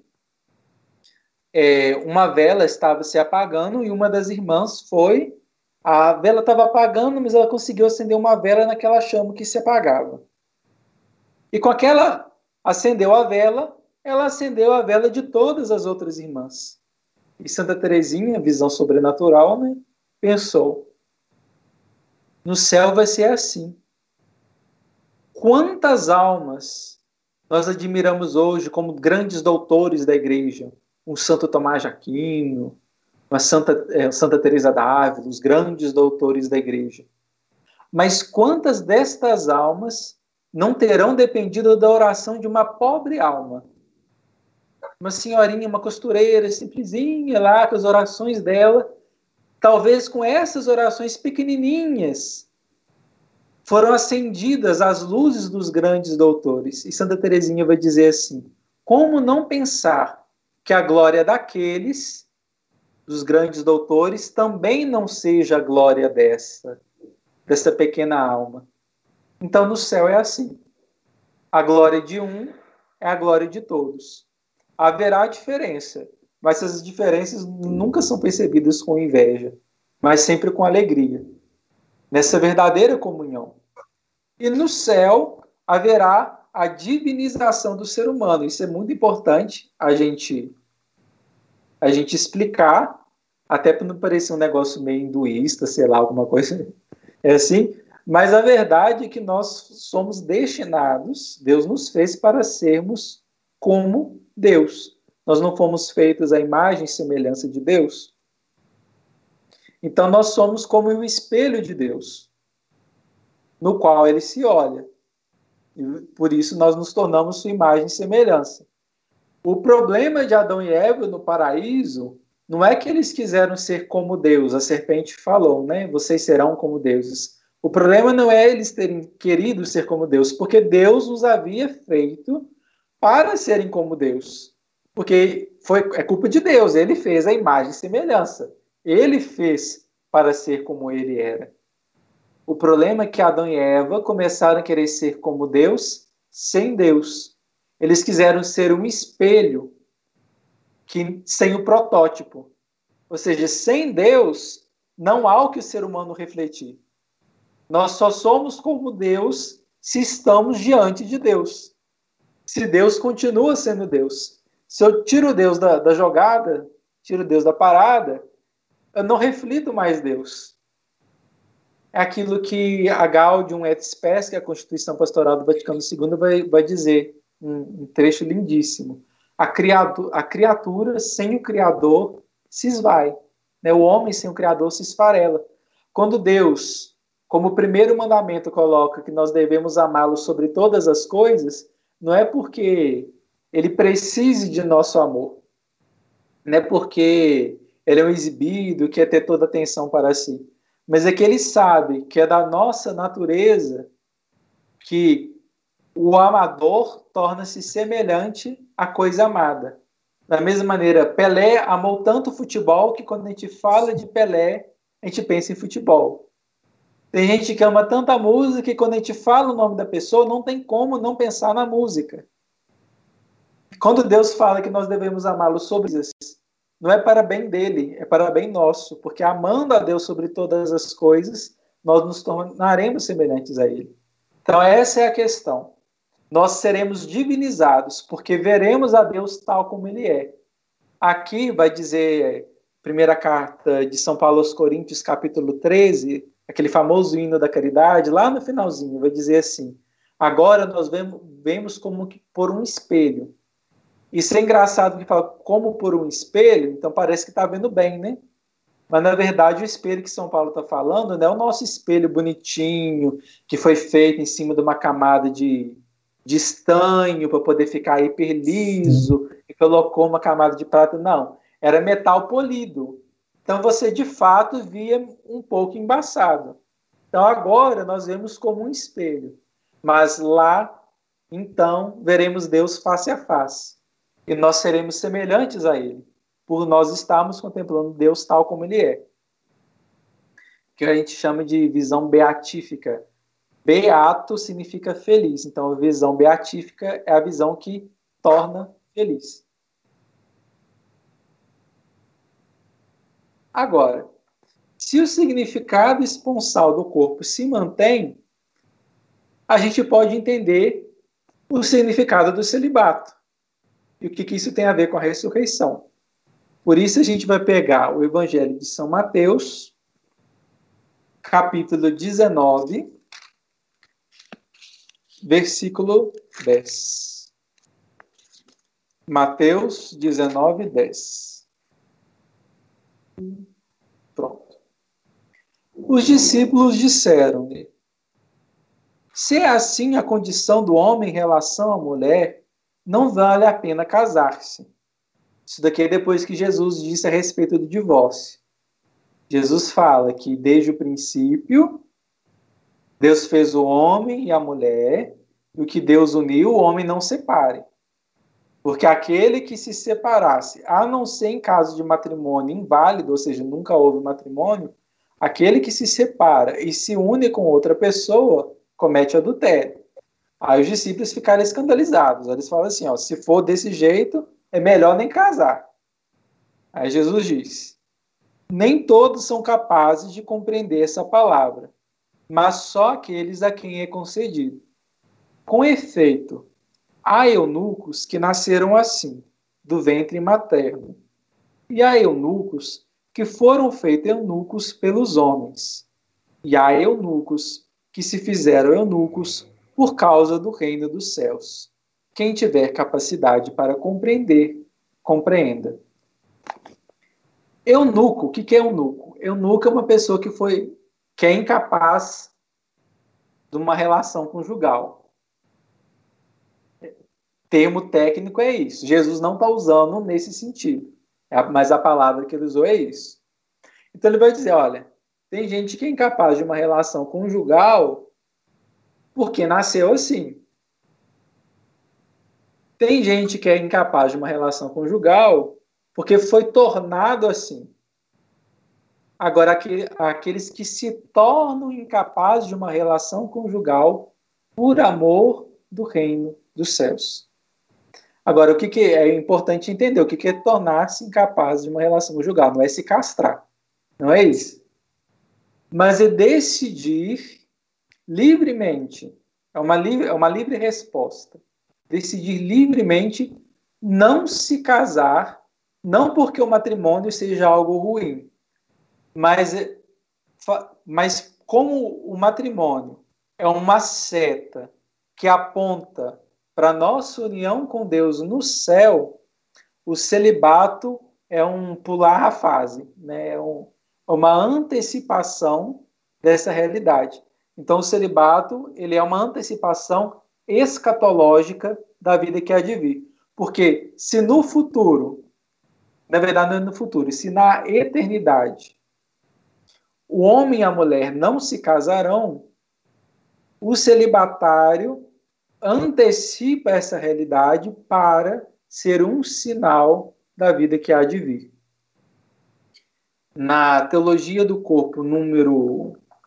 É, uma vela estava se apagando e uma das irmãs foi, a vela estava apagando, mas ela conseguiu acender uma vela naquela chama que se apagava. E com aquela, acendeu a vela, ela acendeu a vela de todas as outras irmãs. E Santa Teresinha, visão sobrenatural, né, pensou, no céu vai ser assim. Quantas almas nós admiramos hoje como grandes doutores da igreja, um Santo Tomás de Aquino, uma Santa, é, Santa Teresa d'Ávila, os grandes doutores da igreja. Mas quantas destas almas não terão dependido da oração de uma pobre alma? Uma senhorinha, uma costureira, simplesinha lá, com as orações dela, talvez com essas orações pequenininhas, foram acendidas as luzes dos grandes doutores. E Santa Teresinha vai dizer assim, como não pensar que a glória daqueles, dos grandes doutores, também não seja a glória dessa, dessa pequena alma. Então, no céu é assim. A glória de um é a glória de todos. Haverá diferença, mas essas diferenças nunca são percebidas com inveja, mas sempre com alegria, nessa verdadeira comunhão. E no céu haverá a divinização do ser humano. Isso é muito importante a gente, a gente explicar, até para não parecer um negócio meio hinduísta, sei lá, alguma coisa é assim. Mas a verdade é que nós somos destinados, Deus nos fez para sermos como Deus. Nós não fomos feitos à imagem e semelhança de Deus. Então nós somos como o espelho de Deus, no qual ele se olha. E por isso nós nos tornamos sua imagem e semelhança. O problema de Adão e Eva no paraíso não é que eles quiseram ser como Deus. A serpente falou, né? Vocês serão como deuses. O problema não é eles terem querido ser como Deus, porque Deus os havia feito para serem como Deus. Porque foi, é culpa de Deus. Ele fez a imagem e semelhança. Ele fez para ser como ele era. O problema é que Adão e Eva começaram a querer ser como Deus, sem Deus. Eles quiseram ser um espelho que, sem o protótipo. Ou seja, sem Deus, não há o que o ser humano refletir. Nós só somos como Deus se estamos diante de Deus. Se Deus continua sendo Deus. Se eu tiro Deus da, da jogada, tiro Deus da parada, eu não reflito mais Deus. É aquilo que a Gaudium et Spes, que é a Constituição Pastoral do Vaticano segundo, vai, vai dizer, um, um trecho lindíssimo. A criatura, a criatura sem o Criador se esvai. Né? O homem sem o Criador se esfarela. Quando Deus, como primeiro mandamento, coloca que nós devemos amá-lo sobre todas as coisas, não é porque ele precise de nosso amor. Não é porque ele é um exibido, quer ter toda a atenção para si. Mas é que ele sabe que é da nossa natureza que o amador torna-se semelhante à coisa amada. Da mesma maneira, Pelé amou tanto o futebol que quando a gente fala de Pelé, a gente pensa em futebol. Tem gente que ama tanta música que quando a gente fala o nome da pessoa, não tem como não pensar na música. Quando Deus fala que nós devemos amá-lo sobre isso, não é para bem dele, é para bem nosso, porque amando a Deus sobre todas as coisas, nós nos tornaremos semelhantes a ele. Então essa é a questão. Nós seremos divinizados, porque veremos a Deus tal como ele é. Aqui vai dizer, primeira carta de São Paulo aos Coríntios, capítulo treze, aquele famoso hino da caridade, lá no finalzinho, vai dizer assim: agora nós vemos, vemos como que por um espelho. Isso é engraçado que fala como por um espelho, então parece que está vendo bem, né? Mas, na verdade, o espelho que São Paulo está falando não é o nosso espelho bonitinho, que foi feito em cima de uma camada de, de estanho para poder ficar hiper liso, e colocou uma camada de prata. Não, era metal polido. Então, você, de fato, via um pouco embaçado. Então, agora, nós vemos como um espelho. Mas lá, então, veremos Deus face a face. E nós seremos semelhantes a ele, por nós estarmos contemplando Deus tal como ele é. Que a gente chama de visão beatífica. Beato significa feliz. Então, a visão beatífica é a visão que torna feliz. Agora, se o significado esponsal do corpo se mantém, a gente pode entender o significado do celibato. E o que, que isso tem a ver com a ressurreição. Por isso a gente vai pegar o Evangelho de São Mateus, capítulo dezenove, versículo dez. Mateus dezenove, dez. Pronto. Os discípulos disseram-lhe: se é assim a condição do homem em relação à mulher, não vale a pena casar-se. Isso daqui é depois que Jesus disse a respeito do divórcio. Jesus fala que desde o princípio Deus fez o homem e a mulher, e o que Deus uniu, o homem não separe. Porque aquele que se separasse, a não ser em caso de matrimônio inválido, ou seja, nunca houve matrimônio, aquele que se separa e se une com outra pessoa, comete adultério. Aí os discípulos ficaram escandalizados. Eles falam assim, ó, se for desse jeito, é melhor nem casar. Aí Jesus diz: nem todos são capazes de compreender essa palavra, mas só aqueles a quem é concedido. Com efeito, há eunucos que nasceram assim, do ventre materno, e há eunucos que foram feitos eunucos pelos homens, e há eunucos que se fizeram eunucos por causa do reino dos céus. Quem tiver capacidade para compreender, compreenda. Eunuco, o que é eunuco? Eunuco é uma pessoa que foi que é incapaz de uma relação conjugal. Termo técnico é isso. Jesus não está usando nesse sentido, mas a palavra que ele usou é isso. Então ele vai dizer, olha, tem gente que é incapaz de uma relação conjugal porque nasceu assim. Tem gente que é incapaz de uma relação conjugal porque foi tornado assim. Agora, aqueles que se tornam incapazes de uma relação conjugal por amor do reino dos céus. Agora, o que, que é importante entender? O que, que é tornar-se incapaz de uma relação conjugal? Não é se castrar, não é isso. Mas é decidir livremente, é uma livre, é uma livre resposta, decidir livremente não se casar, não porque o matrimônio seja algo ruim, mas, mas como o matrimônio é uma seta que aponta para a nossa união com Deus no céu, o celibato é um pular a fase, né? É um, uma antecipação dessa realidade. Então, o celibato ele é uma antecipação escatológica da vida que há de vir. Porque se no futuro, na verdade não é no futuro, se na eternidade, o homem e a mulher não se casarão, o celibatário antecipa essa realidade para ser um sinal da vida que há de vir. Na Teologia do Corpo, número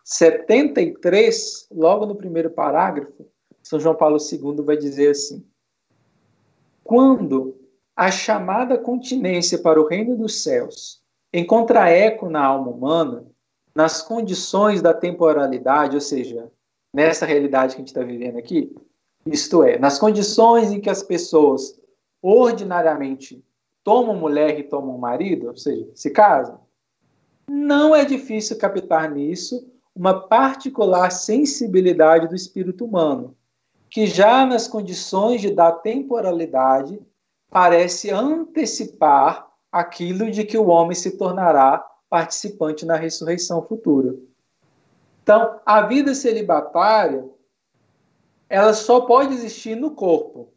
setenta e três, logo no primeiro parágrafo, São João Paulo segundo vai dizer assim: quando a chamada continência para o reino dos céus encontra eco na alma humana, nas condições da temporalidade, ou seja, nessa realidade que a gente está vivendo aqui, isto é, nas condições em que as pessoas ordinariamente tomam mulher e tomam marido, ou seja, se casam, não é difícil captar nisso uma particular sensibilidade do espírito humano, que já nas condições de da temporalidade parece antecipar aquilo de que o homem se tornará participante na ressurreição futura. Então, a vida celibatária, ela só pode existir no corpo.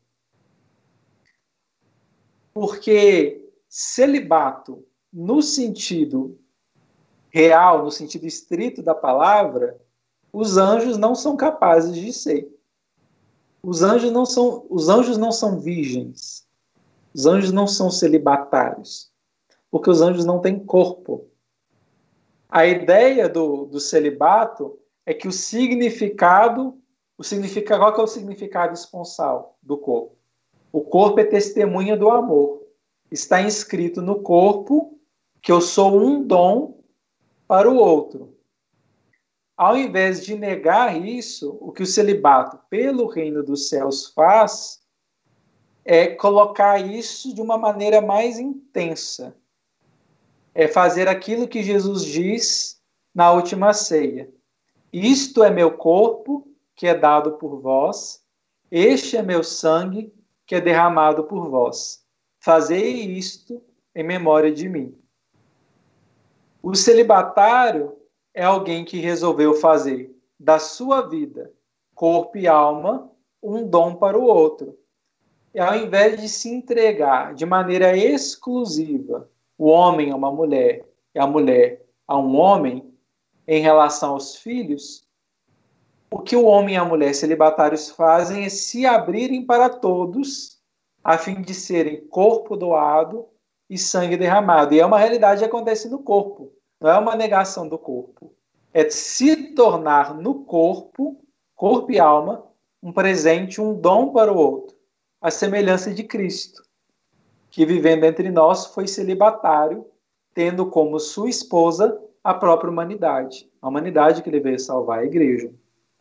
Porque celibato, no sentido real, no sentido estrito da palavra, os anjos não são capazes de ser. Os anjos não são, os anjos não são virgens. Os anjos não são celibatários. Porque os anjos não têm corpo. A ideia do, do celibato é que o significado, o significado, qual que é o significado esponsal do corpo? O corpo é testemunha do amor. Está inscrito no corpo que eu sou um dom para o outro. Ao invés de negar isso, o que o celibato pelo reino dos céus faz é colocar isso de uma maneira mais intensa. É fazer aquilo que Jesus diz na última ceia. Isto é meu corpo, que é dado por vós. Este é meu sangue, que é derramado por vós. Fazei isto em memória de mim. O celibatário é alguém que resolveu fazer da sua vida, corpo e alma, um dom para o outro. E ao invés de se entregar de maneira exclusiva, o homem a uma mulher e a mulher a um homem, em relação aos filhos, o que o homem e a mulher celibatários fazem é se abrirem para todos, a fim de serem corpo doado e sangue derramado. E é uma realidade que acontece no corpo, não é uma negação do corpo. É se tornar no corpo, corpo e alma, um presente, um dom para o outro, a semelhança de Cristo, que vivendo entre nós foi celibatário, tendo como sua esposa a própria humanidade, a humanidade que ele veio salvar, a igreja.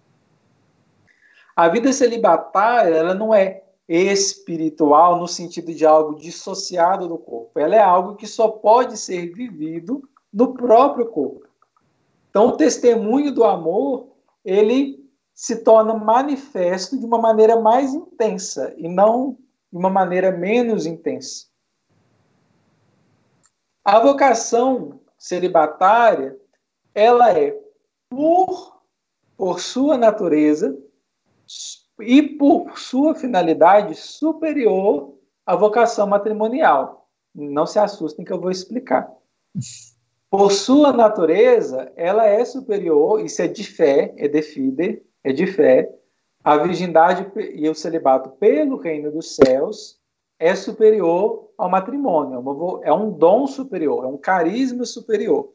A vida celibatária, ela não é espiritual no sentido de algo dissociado do corpo. Ela é algo que só pode ser vivido no próprio corpo. Então, o testemunho do amor, ele se torna manifesto de uma maneira mais intensa e não de uma maneira menos intensa. A vocação celibatária, ela é, por, por sua natureza e por sua finalidade, superior à vocação matrimonial. Não se assustem que eu vou explicar. Por sua natureza, ela é superior, isso é de fé, é de fide, é de fé. A virgindade e o celibato pelo reino dos céus é superior ao matrimônio, é um dom superior, é um carisma superior.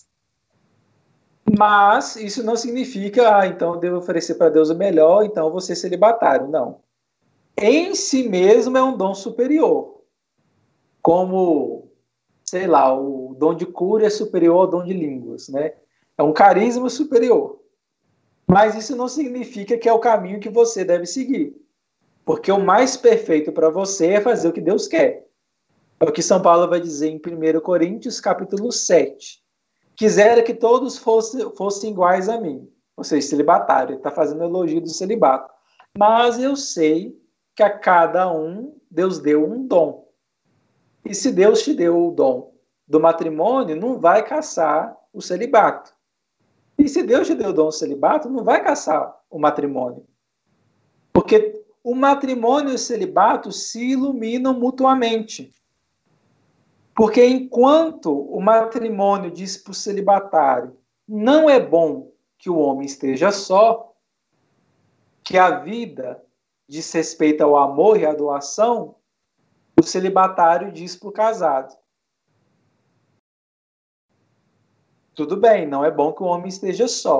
Mas isso não significa, ah, então eu devo oferecer para Deus o melhor, então eu vou ser celibatário. Não. Em si mesmo é um dom superior. Como, sei lá, o dom de cura é superior ao dom de línguas, né? É um carisma superior. Mas isso não significa que é o caminho que você deve seguir. Porque o mais perfeito para você é fazer o que Deus quer. É o que São Paulo vai dizer em primeira Coríntios, capítulo sete. Quisera que todos fossem, fossem iguais a mim. Ou seja, celibatário. Ele está fazendo elogio do celibato. Mas eu sei que a cada um Deus deu um dom. E se Deus te deu o dom do matrimônio, não vai caçar o celibato. E se Deus te deu o dom do celibato, não vai caçar o matrimônio. Porque o matrimônio e o celibato se iluminam mutuamente. Porque enquanto o matrimônio diz para o celibatário não é bom que o homem esteja só, que a vida diz respeito ao amor e à doação, o celibatário diz para o casado: tudo bem, não é bom que o homem esteja só,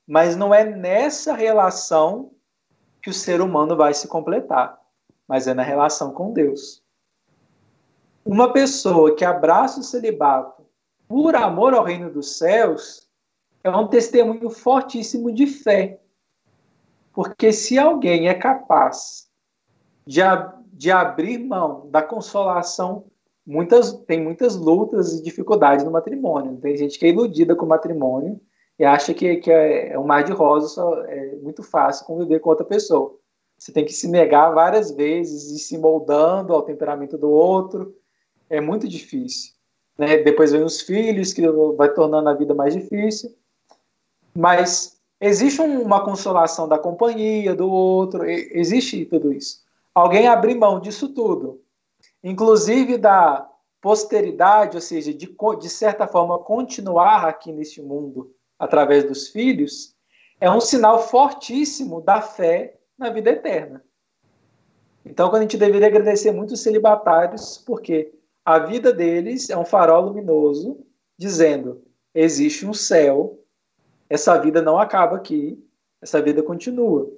mas não é nessa relação que o ser humano vai se completar, mas é na relação com Deus. Uma pessoa que abraça o celibato por amor ao reino dos céus é um testemunho fortíssimo de fé. Porque se alguém é capaz de, de abrir mão da consolação, muitas, tem muitas lutas e dificuldades no matrimônio. Tem gente que é iludida com o matrimônio e acha que, que é, é um mar de rosas, só, é muito fácil conviver com outra pessoa. Você tem que se negar várias vezes e se moldando ao temperamento do outro. É muito difícil. Né? Depois vem os filhos, que vai tornando a vida mais difícil. Mas existe uma consolação da companhia, do outro, existe tudo isso. Alguém abrir mão disso tudo, inclusive da posteridade, ou seja, de, de certa forma continuar aqui neste mundo através dos filhos, é um sinal fortíssimo da fé na vida eterna. Então, quando a gente deveria agradecer muito os celibatários, porque a vida deles é um farol luminoso, dizendo, existe um céu, essa vida não acaba aqui, essa vida continua.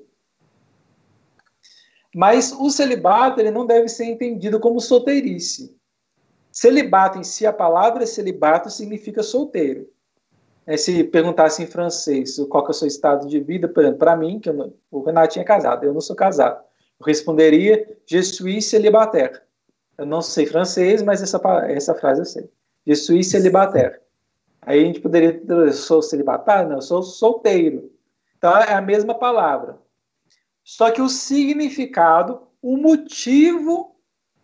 Mas o celibato ele não deve ser entendido como solteirice. Celibato em si, a palavra celibato significa solteiro. É, se perguntasse em francês qual que é o seu estado de vida, por exemplo, para mim, que eu não, o Renatinho é casado, eu não sou casado, eu responderia je suis célibataire. Eu não sei francês, mas essa, essa frase eu sei. Je suis célibataire. Aí a gente poderia dizer, eu sou celibatário? Não, eu sou solteiro. Então é a mesma palavra. Só que o significado, o motivo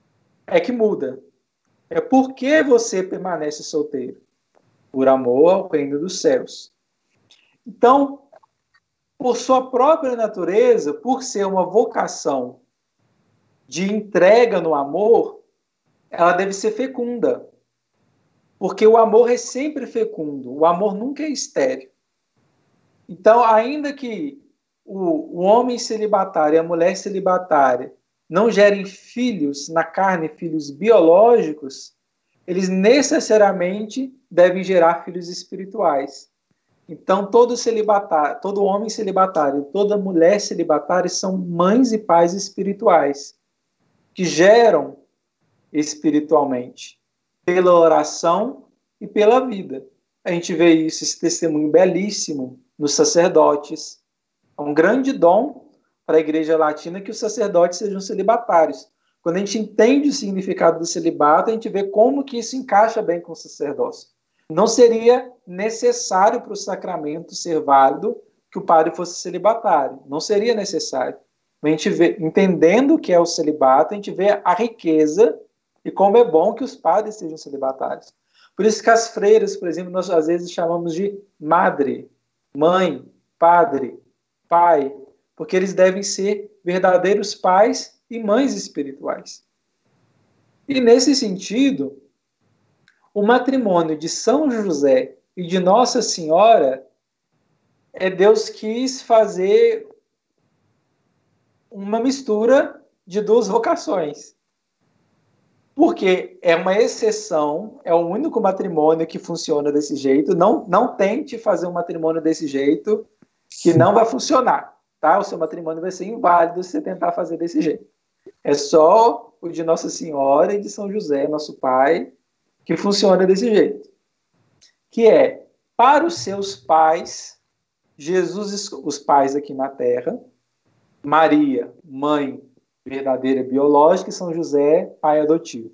é que muda. É por que você permanece solteiro? Por amor ao reino dos céus. Então, por sua própria natureza, por ser uma vocação de entrega no amor, ela deve ser fecunda. Porque o amor é sempre fecundo, o amor nunca é estéril. Então, ainda que o, o homem celibatário e a mulher celibatária não gerem filhos na carne, filhos biológicos, eles necessariamente devem gerar filhos espirituais. Então, todo celibatário, todo homem celibatário, toda mulher celibatária são mães e pais espirituais, que geram espiritualmente, pela oração e pela vida. A gente vê isso, esse testemunho belíssimo nos sacerdotes. É um grande dom para a Igreja Latina que os sacerdotes sejam celibatários. Quando a gente entende o significado do celibato, a gente vê como que isso encaixa bem com o sacerdócio. Não seria necessário para o sacramento ser válido que o padre fosse celibatário. Não seria necessário. A gente vê, entendendo o que é o celibato, a gente vê a riqueza e como é bom que os padres sejam celibatários. Por isso que as freiras, por exemplo, nós às vezes chamamos de madre, mãe, padre, pai, porque eles devem ser verdadeiros pais e mães espirituais. E nesse sentido, o matrimônio de São José e de Nossa Senhora, é Deus quis fazer uma mistura de duas vocações. Porque é uma exceção, é o único matrimônio que funciona desse jeito. Não, não tente fazer um matrimônio desse jeito, que não vai funcionar. Tá? O seu matrimônio vai ser inválido se você tentar fazer desse jeito. É só o de Nossa Senhora e de São José, nosso pai, que funciona desse jeito. Que é, para os seus pais, Jesus, os pais aqui na Terra, Maria, mãe verdadeira biológica, e São José, pai adotivo.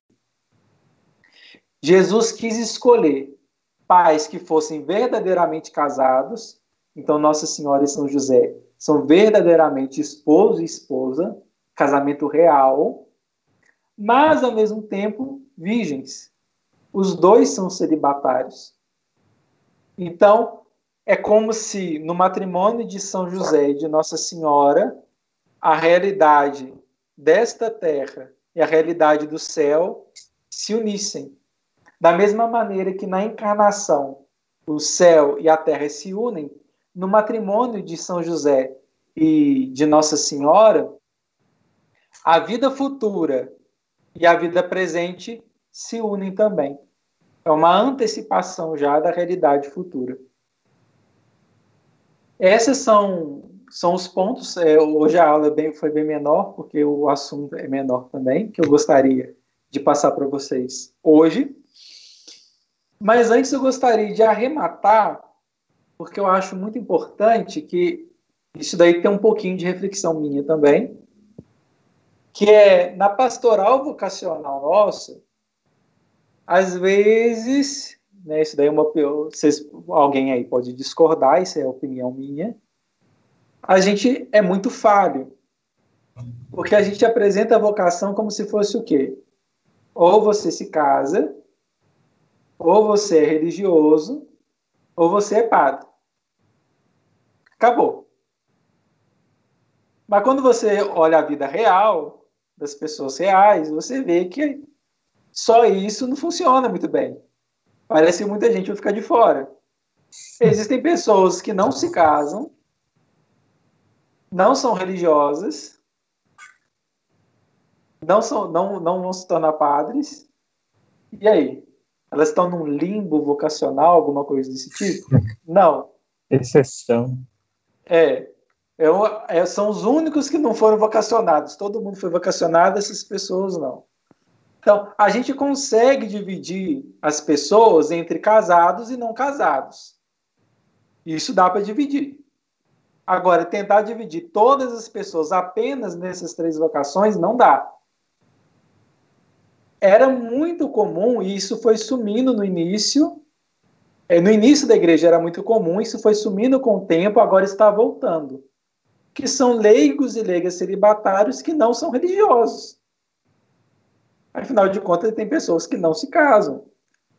Jesus quis escolher pais que fossem verdadeiramente casados, então Nossa Senhora e São José são verdadeiramente esposo e esposa, casamento real, mas ao mesmo tempo virgens. Os dois são celibatários. Então, é como se no matrimônio de São José e de Nossa Senhora, a realidade desta terra e a realidade do céu se unissem. Da mesma maneira que na encarnação o céu e a terra se unem, no matrimônio de São José e de Nossa Senhora, a vida futura e a vida presente se unem também. É uma antecipação já da realidade futura. Esses são, são os pontos. É, hoje a aula é bem, foi bem menor, porque o assunto é menor também, que eu gostaria de passar para vocês hoje. Mas antes eu gostaria de arrematar, porque eu acho muito importante que isso daí tem um pouquinho de reflexão minha também, que é na pastoral vocacional nossa, às vezes, né, isso daí é uma vocês, alguém aí pode discordar, isso é a opinião minha, a gente é muito falho, porque a gente apresenta a vocação como se fosse o quê? Ou você se casa, ou você é religioso, ou você é padre. Acabou. Mas quando você olha a vida real das pessoas reais, você vê que só isso não funciona muito bem. Parece que muita gente vai ficar de fora. Existem pessoas que não se casam, não são religiosas, não, são, não, não vão se tornar padres. E aí? Elas estão num limbo vocacional, alguma coisa desse tipo? Não. Exceção. É, é, é, são os únicos que não foram vocacionados. Todo mundo foi vocacionado, essas pessoas não. Então, a gente consegue dividir as pessoas entre casados e não casados. Isso dá para dividir. Agora, tentar dividir todas as pessoas apenas nessas três vocações não dá. Era muito comum, e isso foi sumindo no início. No início da igreja era muito comum, isso foi sumindo com o tempo, agora está voltando. Que são leigos e leigas celibatários que não são religiosos. Afinal de contas, tem pessoas que não se casam.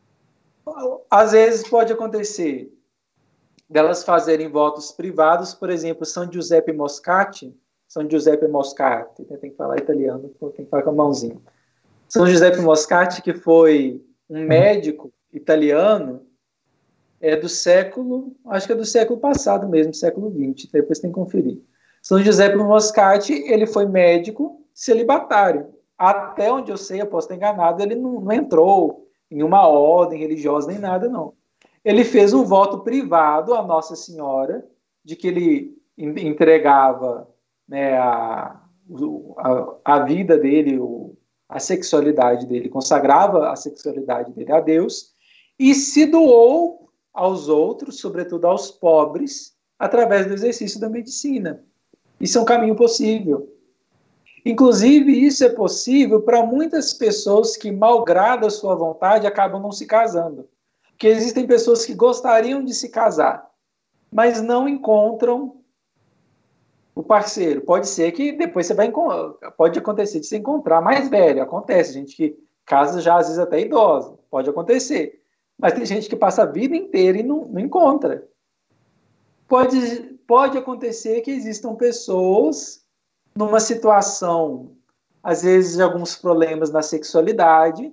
Às vezes pode acontecer delas fazerem votos privados, por exemplo, São Giuseppe Moscati, São Giuseppe Moscati, tem que falar italiano, tem que falar com a mãozinha. São Giuseppe Moscati, que foi um médico italiano, é do século, acho que é do século passado mesmo, século vinte, depois tem que conferir. São Giuseppe Moscati, ele foi médico celibatário. Até onde eu sei, eu posso estar enganado, ele não, não entrou em uma ordem religiosa nem nada, não. Ele fez um voto privado à Nossa Senhora, de que ele entregava, né, a, a, a vida dele, a sexualidade dele, consagrava a sexualidade dele a Deus, e se doou aos outros, sobretudo aos pobres, através do exercício da medicina. Isso é um caminho possível. Inclusive, isso é possível para muitas pessoas que, malgrado a sua vontade, acabam não se casando. Porque existem pessoas que gostariam de se casar, mas não encontram o parceiro. Pode ser que depois você vai encontrar, pode acontecer de você encontrar mais velho, acontece, gente que casa já às vezes até idosa, pode acontecer. Mas tem gente que passa a vida inteira e não, não encontra. Pode, pode acontecer que existam pessoas numa situação, às vezes, de alguns problemas na sexualidade,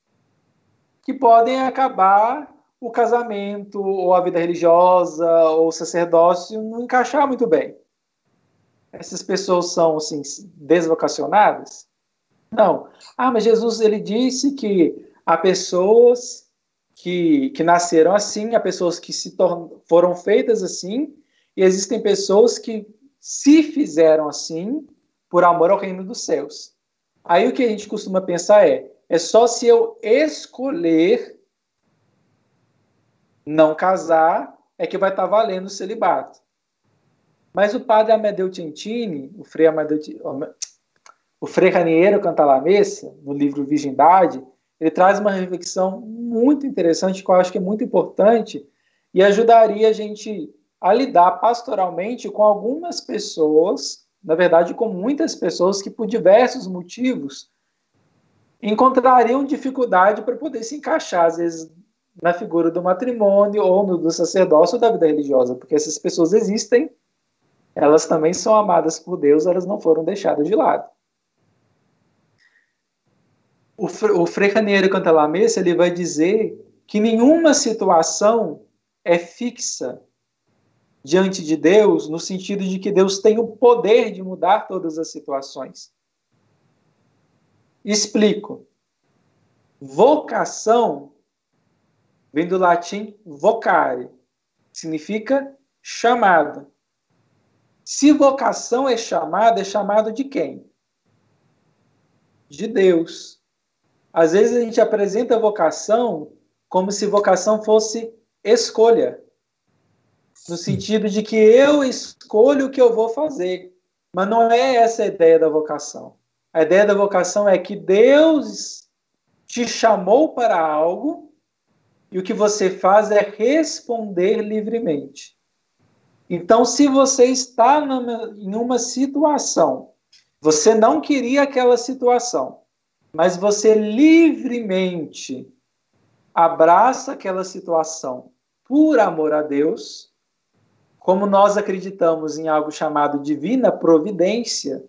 que podem acabar o casamento, ou a vida religiosa, ou o sacerdócio não encaixar muito bem. Essas pessoas são, assim, desvocacionadas? Não. Ah, mas Jesus, ele disse que há pessoas que, que nasceram assim, há pessoas que se tornam, foram feitas assim, e existem pessoas que se fizeram assim por amor ao reino dos céus. Aí o que a gente costuma pensar é, é só se eu escolher não casar, é que vai estar valendo o celibato. Mas o padre Amedeo Centini, o Frei Amedeo, o Frei Raniero Cantalamessa, no livro Virgindade, ele traz uma reflexão muito interessante, que eu acho que é muito importante, e ajudaria a gente a lidar pastoralmente com algumas pessoas, na verdade, com muitas pessoas que, por diversos motivos, encontrariam dificuldade para poder se encaixar, às vezes, na figura do matrimônio ou no, do sacerdócio ou da vida religiosa, porque essas pessoas existem, elas também são amadas por Deus, elas não foram deixadas de lado. O, o Frei Raniero Cantalamessa, ele vai dizer que nenhuma situação é fixa diante de Deus, no sentido de que Deus tem o poder de mudar todas as situações. Explico. Vocação vem do latim vocare, significa chamado. Se vocação é chamado, é chamado de quem? De Deus. Às vezes a gente apresenta a vocação como se vocação fosse escolha, no sentido de que eu escolho o que eu vou fazer. Mas não é essa a ideia da vocação. A ideia da vocação é que Deus te chamou para algo e o que você faz é responder livremente. Então, se você está numa, em uma situação, você não queria aquela situação, mas você livremente abraça aquela situação por amor a Deus, como nós acreditamos em algo chamado divina providência,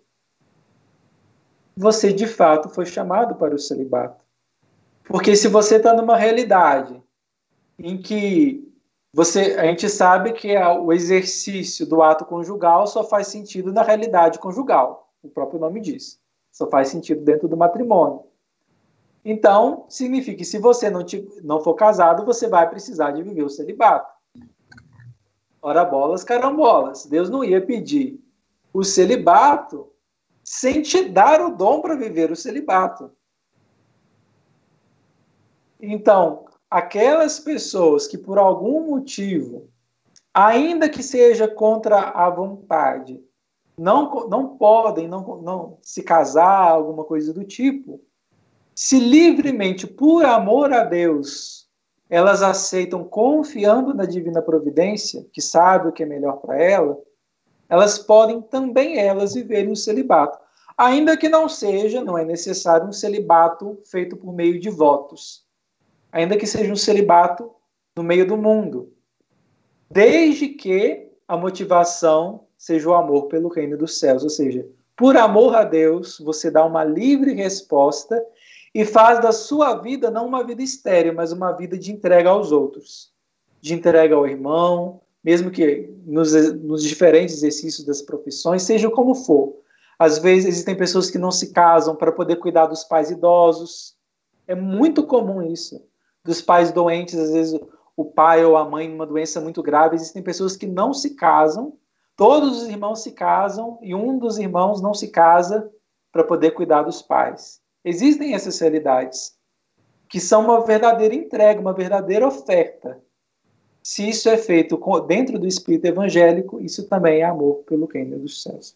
você de fato foi chamado para o celibato. Porque se você está numa realidade em que você, a gente sabe que o exercício do ato conjugal só faz sentido na realidade conjugal, o próprio nome diz. Só faz sentido dentro do matrimônio. Então, significa que se você não, te, não for casado, você vai precisar de viver o celibato. Ora bolas, carambolas. Deus não ia pedir o celibato sem te dar o dom para viver o celibato. Então, aquelas pessoas que por algum motivo, ainda que seja contra a vontade, não, não podem não, não se casar, alguma coisa do tipo, se livremente, por amor a Deus, elas aceitam confiando na divina providência, que sabe o que é melhor para ela, elas podem também elas viverem o celibato. Ainda que não seja, não é necessário um celibato feito por meio de votos. Ainda que seja um celibato no meio do mundo. Desde que a motivação seja o amor pelo reino dos céus. Ou seja, por amor a Deus, você dá uma livre resposta e faz da sua vida não uma vida estéril, mas uma vida de entrega aos outros. De entrega ao irmão, mesmo que nos, nos diferentes exercícios das profissões, seja como for. Às vezes existem pessoas que não se casam para poder cuidar dos pais idosos. É muito comum isso. Dos pais doentes, às vezes o pai ou a mãe numa doença muito grave, existem pessoas que não se casam, todos os irmãos se casam e um dos irmãos não se casa para poder cuidar dos pais. Existem essas realidades que são uma verdadeira entrega, uma verdadeira oferta. Se isso é feito dentro do espírito evangélico, isso também é amor pelo reino dos céus.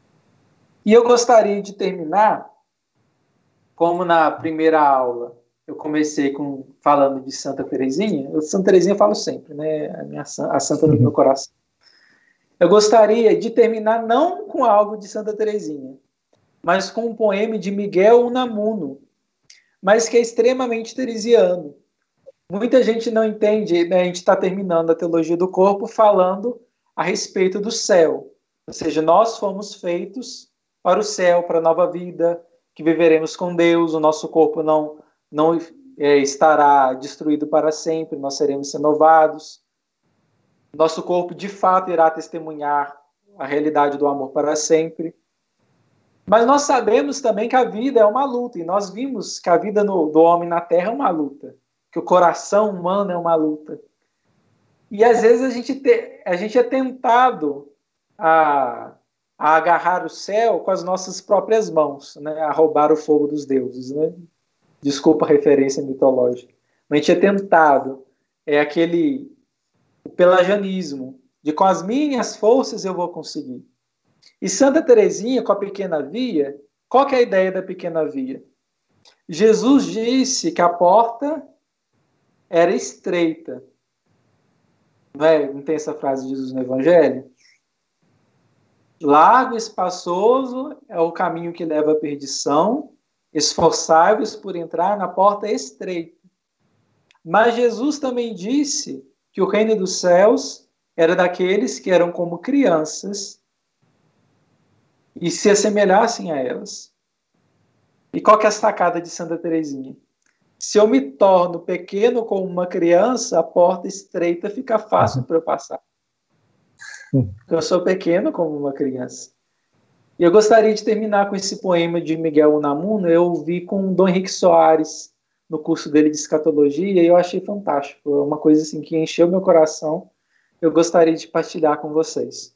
E eu gostaria de terminar, como na primeira aula eu comecei com, falando de Santa Teresinha. Eu, Santa Teresinha eu falo sempre, né? A, minha, a santa do meu coração. Eu gostaria de terminar não com algo de Santa Teresinha, mas com um poema de Miguel Unamuno, mas que é extremamente teresiano. Muita gente não entende, né? A gente está terminando a teologia do corpo falando a respeito do céu. Ou seja, nós fomos feitos para o céu, para a nova vida, que viveremos com Deus, o nosso corpo não, não é, estará destruído para sempre, nós seremos renovados. Nosso corpo, de fato, irá testemunhar a realidade do amor para sempre. Mas nós sabemos também que a vida é uma luta, e nós vimos que a vida no, do homem na Terra é uma luta, que o coração humano é uma luta. E às vezes a gente, te, a gente é tentado a, a agarrar o céu com as nossas próprias mãos, né? A roubar o fogo dos deuses. Né? Desculpa a referência mitológica. Mas a gente é tentado, é aquele o pelagianismo, de com as minhas forças eu vou conseguir. E Santa Teresinha, com a pequena via, qual que é a ideia da pequena via? Jesus disse que a porta era estreita. Não, é? Não tem essa frase de Jesus no Evangelho? Largo e espaçoso é o caminho que leva à perdição, esforçai-vos por entrar na porta estreita. Mas Jesus também disse que o reino dos céus era daqueles que eram como crianças e se assemelhassem a elas. E qual que é a sacada de Santa Teresinha? Se eu me torno pequeno como uma criança, a porta estreita fica fácil para eu passar. Porque eu sou pequeno como uma criança. E eu gostaria de terminar com esse poema de Miguel Unamuno. Eu vi com Dom Henrique Soares no curso dele de escatologia e eu achei fantástico. É uma coisa assim que encheu meu coração. eu gostaria de partilhar com vocês.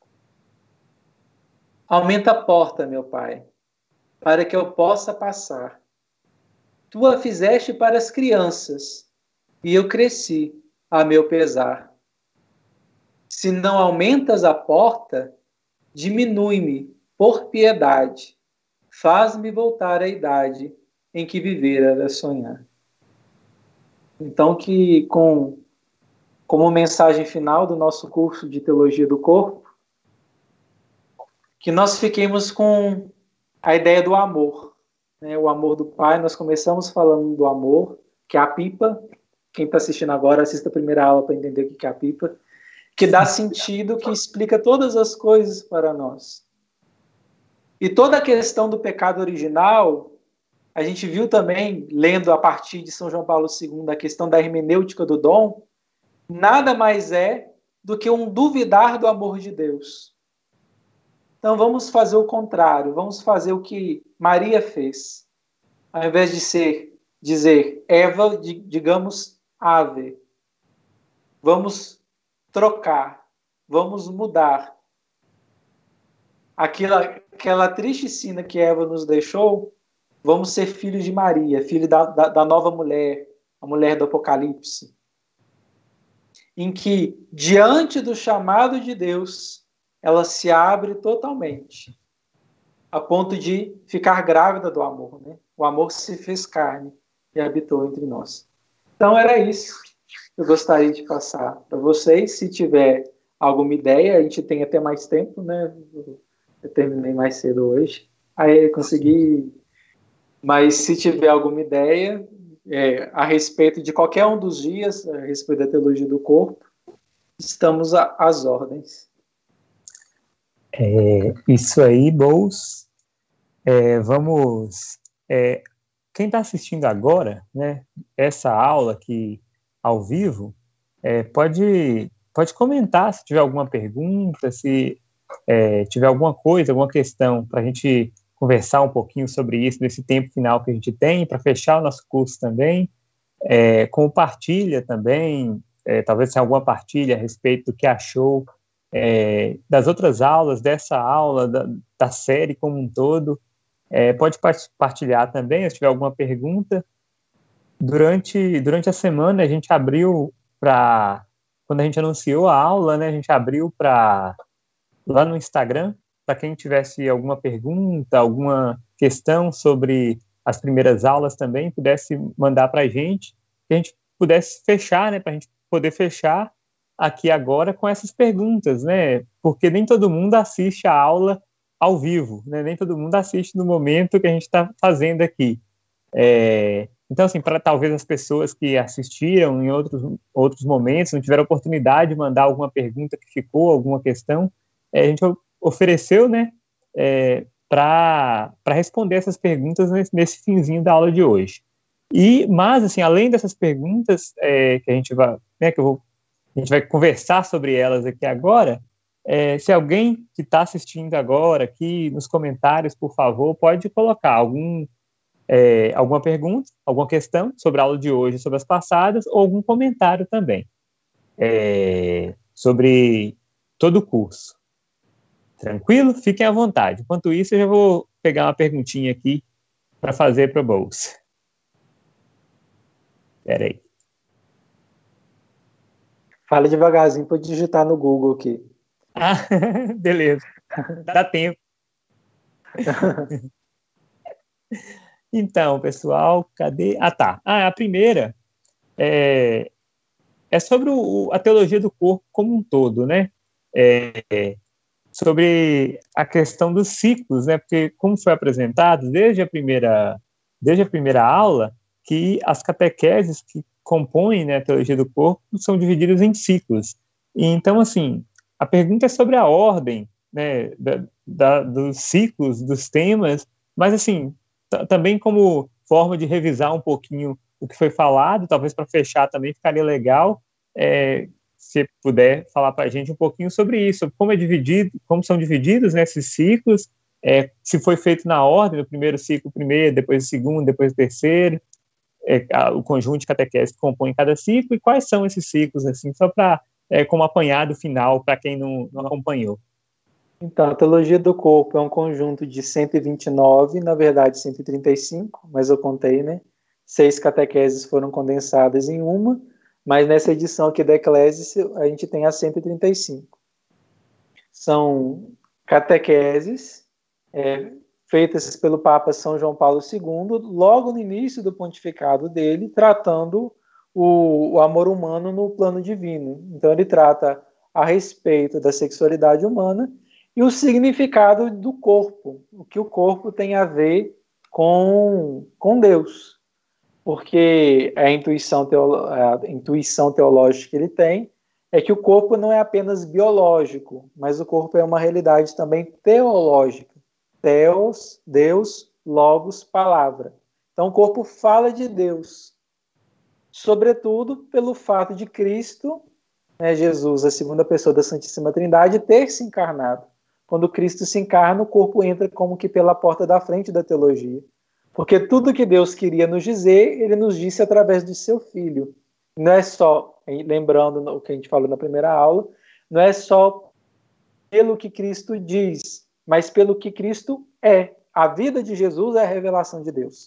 Aumenta a porta, meu Pai, para que eu possa passar. Tu a fizeste para as crianças, e eu cresci, a meu pesar. Se não aumentas a porta, diminui-me, por piedade. Faz-me voltar à idade em que viver era sonhar. Então, que com como mensagem final do nosso curso de Teologia do Corpo, que nós fiquemos com a ideia do amor, né? O amor do Pai. Nós começamos falando do amor, que é a pipa. Quem está assistindo agora, assista a primeira aula para entender o que é a pipa, que dá sentido, que explica todas as coisas para nós. E toda a questão do pecado original, a gente viu também, lendo a partir de São João Paulo segundo, a questão da hermenêutica do dom, nada mais é do que um duvidar do amor de Deus. Então vamos fazer o contrário, vamos fazer o que Maria fez. Ao invés de ser, dizer Eva, digamos Ave. Vamos trocar, vamos mudar. Aquela, aquela triste sina que Eva nos deixou, vamos ser filhos de Maria, filho da, da, da nova mulher, a mulher do Apocalipse. Em que, diante do chamado de Deus, ela se abre totalmente, a ponto de ficar grávida do amor, né? O amor se fez carne e habitou entre nós. Então era isso que eu gostaria de passar para vocês. Se tiver alguma ideia, a gente tem até mais tempo, né? Eu terminei mais cedo hoje, aí eu consegui. Mas se tiver alguma ideia é, a respeito de qualquer um dos dias, a respeito da teologia do corpo, estamos às ordens. É, isso aí, Bous. É, vamos... É, quem está assistindo agora, né, essa aula aqui ao vivo, é, pode, pode comentar se tiver alguma pergunta, se é, tiver alguma coisa, alguma questão, para a gente conversar um pouquinho sobre isso nesse tempo final que a gente tem, para fechar o nosso curso também. É, compartilha também, é, talvez tenha alguma partilha a respeito do que achou é, das outras aulas, dessa aula, da, da série como um todo. É, pode partilhar também, se tiver alguma pergunta. Durante, durante a semana, a gente abriu para... Quando a gente anunciou a aula, né, a gente abriu para... lá no Instagram, para quem tivesse alguma pergunta, alguma questão sobre as primeiras aulas também, pudesse mandar para a gente, que a gente pudesse fechar, né, para a gente poder fechar aqui agora com essas perguntas, né, porque nem todo mundo assiste a aula ao vivo, né, nem todo mundo assiste no momento que a gente está fazendo aqui. É, então, assim, para talvez as pessoas que assistiram em outros, outros momentos, não tiveram oportunidade de mandar alguma pergunta que ficou, alguma questão, é, a gente ofereceu, né, é, para responder essas perguntas nesse, nesse finzinho da aula de hoje. E, mas, assim, além dessas perguntas é, que a gente vai, né, que eu vou, a gente vai conversar sobre elas aqui agora, é, se alguém que está assistindo agora aqui nos comentários, por favor, pode colocar algum É, alguma pergunta, alguma questão sobre a aula de hoje, sobre as passadas, ou algum comentário também é, sobre todo o curso. Tranquilo? Fiquem à vontade. Enquanto isso, eu já vou pegar uma perguntinha aqui para fazer para o Bolsa. Espera aí. Fala devagarzinho para digitar no Google aqui. Ah, beleza. Dá tempo. Então, pessoal, cadê? Ah, tá. Ah, a primeira é, é sobre o, a teologia do corpo como um todo, né? É, sobre a questão dos ciclos, né? Porque, como foi apresentado desde a primeira, desde a primeira aula, que as catequeses que compõem, né, a teologia do corpo são divididas em ciclos. E, então, assim, a pergunta é sobre a ordem, né, da, da, dos ciclos, dos temas, mas, assim, também como forma de revisar um pouquinho o que foi falado, talvez para fechar também ficaria legal, é, se puder falar para a gente um pouquinho sobre isso, como é dividido, como são divididos, né, esses ciclos, é, se foi feito na ordem, no primeiro ciclo primeiro, depois o segundo, depois o terceiro, é, a, o conjunto de catequese que compõe cada ciclo, e quais são esses ciclos, assim, só para é, como apanhado final para quem não, não acompanhou. Então, a teologia do corpo é um conjunto de cento e vinte e nove, na verdade cento e trinta e cinco, mas eu contei, né? Seis catequeses foram condensadas em uma, mas nessa edição aqui da Eclésia a gente tem as cento e trinta e cinco. São catequeses é, feitas pelo Papa São João Paulo segundo, logo no início do pontificado dele, tratando o, o amor humano no plano divino. Então ele trata a respeito da sexualidade humana e o significado do corpo, o que o corpo tem a ver com, com Deus. Porque a intuição, teolo, a intuição teológica que ele tem é que o corpo não é apenas biológico, mas o corpo é uma realidade também teológica. Theos, Deus, Logos, palavra. Então o corpo fala de Deus, sobretudo pelo fato de Cristo, né, Jesus, a segunda pessoa da Santíssima Trindade, ter se encarnado. Quando Cristo se encarna, o corpo entra como que pela porta da frente da teologia. Porque tudo que Deus queria nos dizer, ele nos disse através do seu Filho. Não é só, lembrando o que a gente falou na primeira aula, não é só pelo que Cristo diz, mas pelo que Cristo é. A vida de Jesus é a revelação de Deus.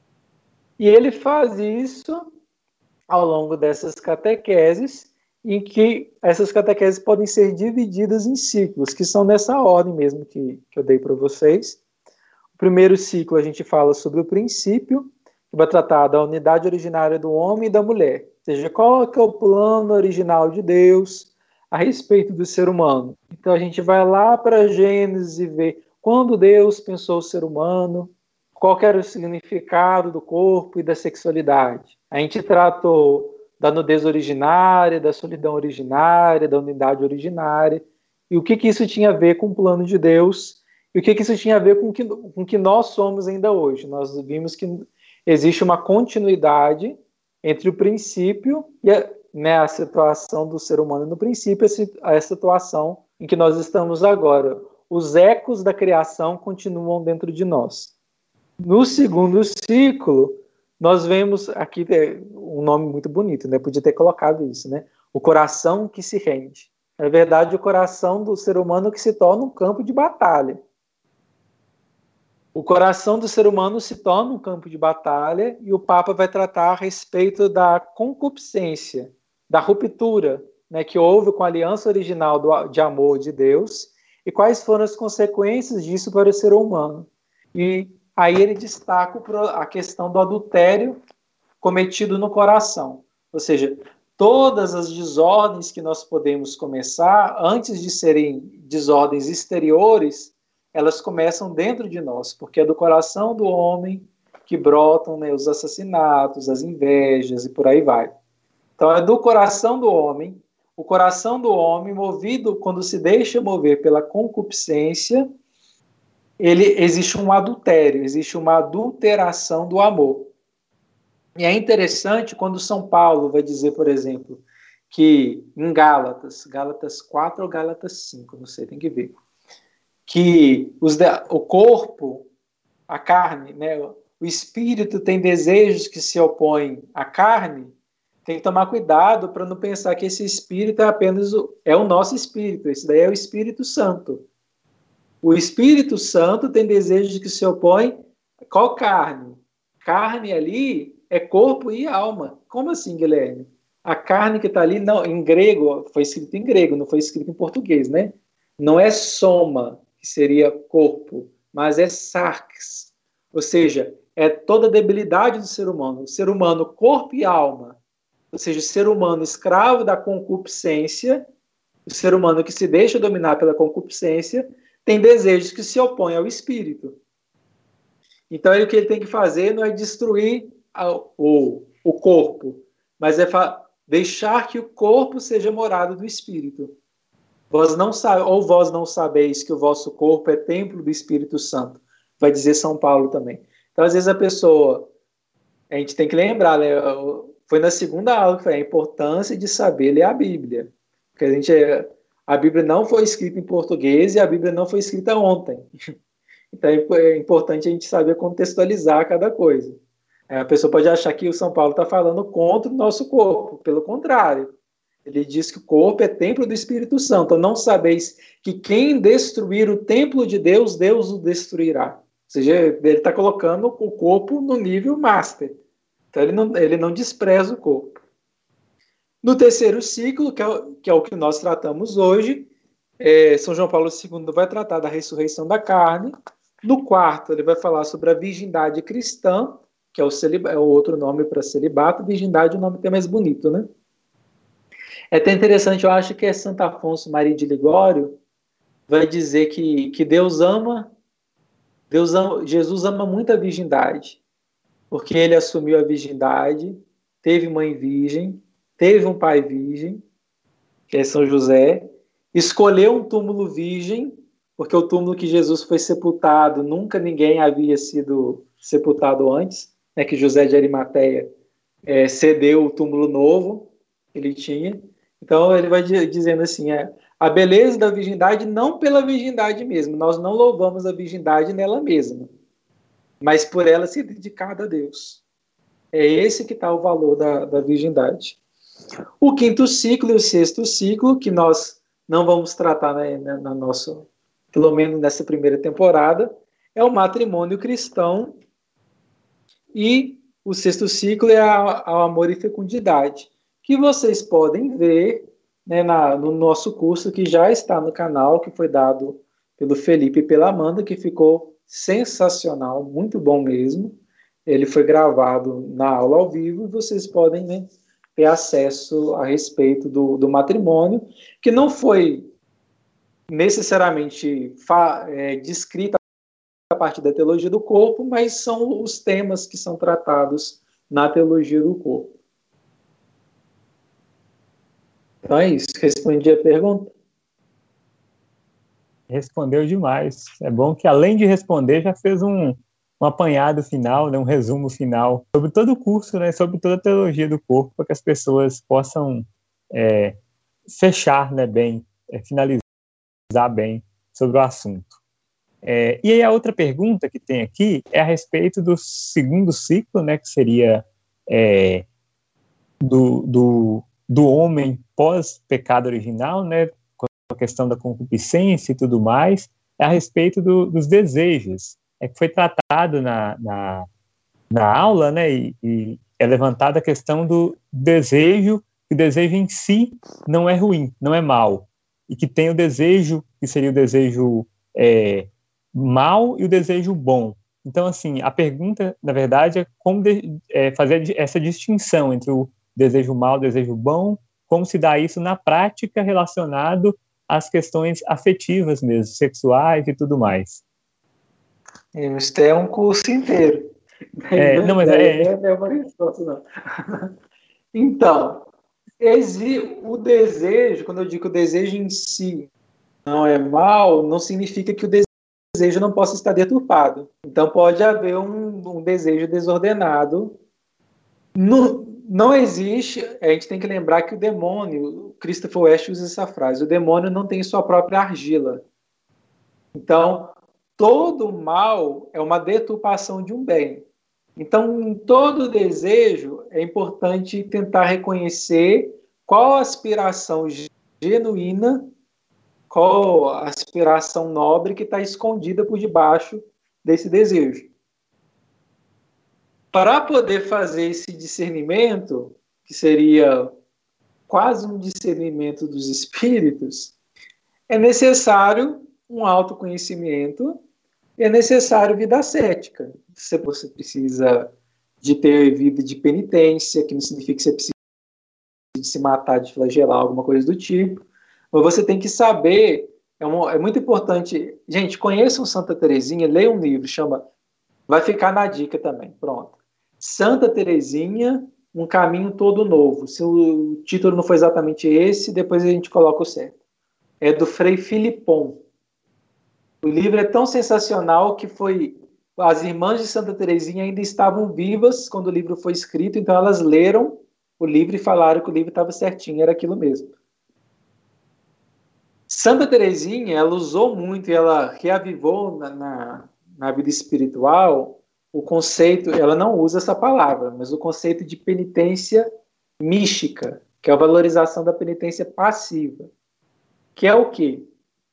E ele faz isso ao longo dessas catequeses, em que essas catequeses podem ser divididas em ciclos, que são nessa ordem mesmo que, que eu dei para vocês. O primeiro ciclo a gente fala sobre o princípio, que vai tratar da unidade originária do homem e da mulher. Ou seja, qual que é o plano original de Deus a respeito do ser humano. Então a gente vai lá para Gênesis e vê quando Deus pensou o ser humano, qual era o significado do corpo e da sexualidade. A gente tratou da nudez originária, da solidão originária, da unidade originária, e o que, que isso tinha a ver com o plano de Deus, e o que, que isso tinha a ver com que, o que nós somos ainda hoje. Nós vimos que existe uma continuidade entre o princípio e a, né, a situação do ser humano no princípio e a situação em que nós estamos agora. Os ecos da criação continuam dentro de nós. No segundo ciclo, nós vemos aqui um nome muito bonito, né? Podia ter colocado isso, né? O coração que se rende. Na verdade, o coração do ser humano que se torna um campo de batalha. O coração do ser humano se torna um campo de batalha e o Papa vai tratar a respeito da concupiscência, da ruptura, né, que houve com a aliança original do, de amor de Deus e quais foram as consequências disso para o ser humano. E aí ele destaca a questão do adultério cometido no coração. Ou seja, todas as desordens que nós podemos começar, antes de serem desordens exteriores, elas começam dentro de nós, porque é do coração do homem que brotam, né, os assassinatos, as invejas e por aí vai. Então é do coração do homem, o coração do homem movido, quando se deixa mover pela concupiscência, ele, existe um adultério, existe uma adulteração do amor. E é interessante quando São Paulo vai dizer, por exemplo, que em Gálatas, Gálatas quatro ou Gálatas cinco, não sei, tem que ver, que os de, o corpo, a carne, né, o espírito tem desejos que se opõem à carne, tem que tomar cuidado para não pensar que esse espírito é apenas o, é o nosso espírito, esse daí é o Espírito Santo. O Espírito Santo tem desejos que se opõem a qual carne? Carne ali é corpo e alma. Como assim, Guilherme? A carne que está ali, não, em grego, foi escrito em grego, não foi escrito em português, né? Não é soma, que seria corpo, mas é sarx. Ou seja, é toda a debilidade do ser humano. O ser humano, corpo e alma. Ou seja, o ser humano escravo da concupiscência, o ser humano que se deixa dominar pela concupiscência, tem desejos que se opõem ao espírito. Então, ele, o que ele tem que fazer não é destruir a, o, o corpo, mas é deixar que o corpo seja morada do espírito. Vós não sabe, ou vós não sabeis que o vosso corpo é templo do Espírito Santo, vai dizer São Paulo também. Então, às vezes a pessoa, a gente tem que lembrar, né? Foi na segunda aula que foi a importância de saber ler a Bíblia, porque a gente, a Bíblia não foi escrita em português e a Bíblia não foi escrita ontem. Então é importante a gente saber contextualizar cada coisa. A pessoa pode achar que o São Paulo está falando contra o nosso corpo, pelo contrário. Ele diz que o corpo é templo do Espírito Santo. Então, não sabeis que quem destruir o templo de Deus, Deus o destruirá. Ou seja, ele está colocando o corpo no nível master. Então, ele não, ele não despreza o corpo. No terceiro ciclo, que é, o, que é o que nós tratamos hoje, é, São João Paulo segundo vai tratar da ressurreição da carne. No quarto, ele vai falar sobre a virgindade cristã, que é o, celib- é o outro nome para celibato. Virgindade é o nome até mais bonito, né? É até interessante, eu acho que é Santo Afonso Maria de Ligório vai dizer que, que Deus ama, Deus ama, Jesus ama muito a virgindade, porque ele assumiu a virgindade, teve mãe virgem, teve um pai virgem, que é São José, escolheu um túmulo virgem, porque o túmulo que Jesus foi sepultado, nunca ninguém havia sido sepultado antes, né, que José de Arimateia é, cedeu o túmulo novo que ele tinha. Então ele vai dizendo assim, é, a beleza da virgindade não pela virgindade mesmo, nós não louvamos a virgindade nela mesma, mas por ela ser dedicada a Deus. É esse que está o valor da, da virgindade. O quinto ciclo e o sexto ciclo, que nós não vamos tratar né, na, na nossa, pelo menos nessa primeira temporada, é o matrimônio cristão, e o sexto ciclo é o amor e fecundidade, que vocês podem ver né, na, no nosso curso que já está no canal, que foi dado pelo Felipe e pela Amanda, que ficou sensacional, muito bom mesmo. Ele foi gravado na aula ao vivo, e vocês podem né, ter acesso a respeito do, do matrimônio, que não foi necessariamente é, descrita a partir da teologia do corpo, mas são os temas que são tratados na teologia do corpo. Então é isso, respondi a pergunta. Respondeu demais. É bom que, além de responder, já fez um, um apanhado final, né, um resumo final sobre todo o curso, né, sobre toda a teologia do corpo, para que as pessoas possam é, fechar né, bem, é, finalizar bem sobre o assunto. É, e aí a outra pergunta que tem aqui é a respeito do segundo ciclo, né, que seria é, do, do, do homem pós-pecado original, né, com a questão da concupiscência e tudo mais, é a respeito do, dos desejos, é que foi tratado na, na, na aula, né, e, e é levantada a questão do desejo, que o desejo em si não é ruim, não é mal, e que tem o desejo, que seria o desejo é, mal e o desejo bom. Então, assim, a pergunta, na verdade, é como de, é, fazer essa distinção entre o desejo mal e o desejo bom, como se dá isso na prática relacionado às questões afetivas mesmo, sexuais e tudo mais. Isso é um curso inteiro. É, não, mas é... Não é uma resposta, não. Então, o desejo, quando eu digo que o desejo em si não é mal, não significa que o desejo não possa estar deturpado. Então, pode haver um, um desejo desordenado. No, não existe, a gente tem que lembrar que o demônio, Christopher West usa essa frase, o demônio não tem sua própria argila. Então, todo mal é uma deturpação de um bem. Então, em todo desejo, é importante tentar reconhecer qual a aspiração genuína, qual a aspiração nobre que está escondida por debaixo desse desejo. Para poder fazer esse discernimento, que seria quase um discernimento dos espíritos, é necessário um autoconhecimento, é necessário vida ascética. Você precisa de ter vida de penitência, que não significa que você precisa de se matar, de flagelar, alguma coisa do tipo. Mas você tem que saber, é, uma, é muito importante. Gente, conheçam Santa Teresinha, leiam um livro, chama, vai ficar na dica também, pronto. Santa Teresinha, um caminho todo novo. Se o título não foi exatamente esse, depois a gente coloca o certo. É do Frei Filipon. O livro é tão sensacional que foi... As irmãs de Santa Teresinha ainda estavam vivas quando o livro foi escrito, então elas leram o livro e falaram que o livro estava certinho, era aquilo mesmo. Santa Teresinha, ela usou muito e ela reavivou na, na, na vida espiritual o conceito, ela não usa essa palavra, mas o conceito de penitência mística. que é a valorização da penitência passiva, que é o quê?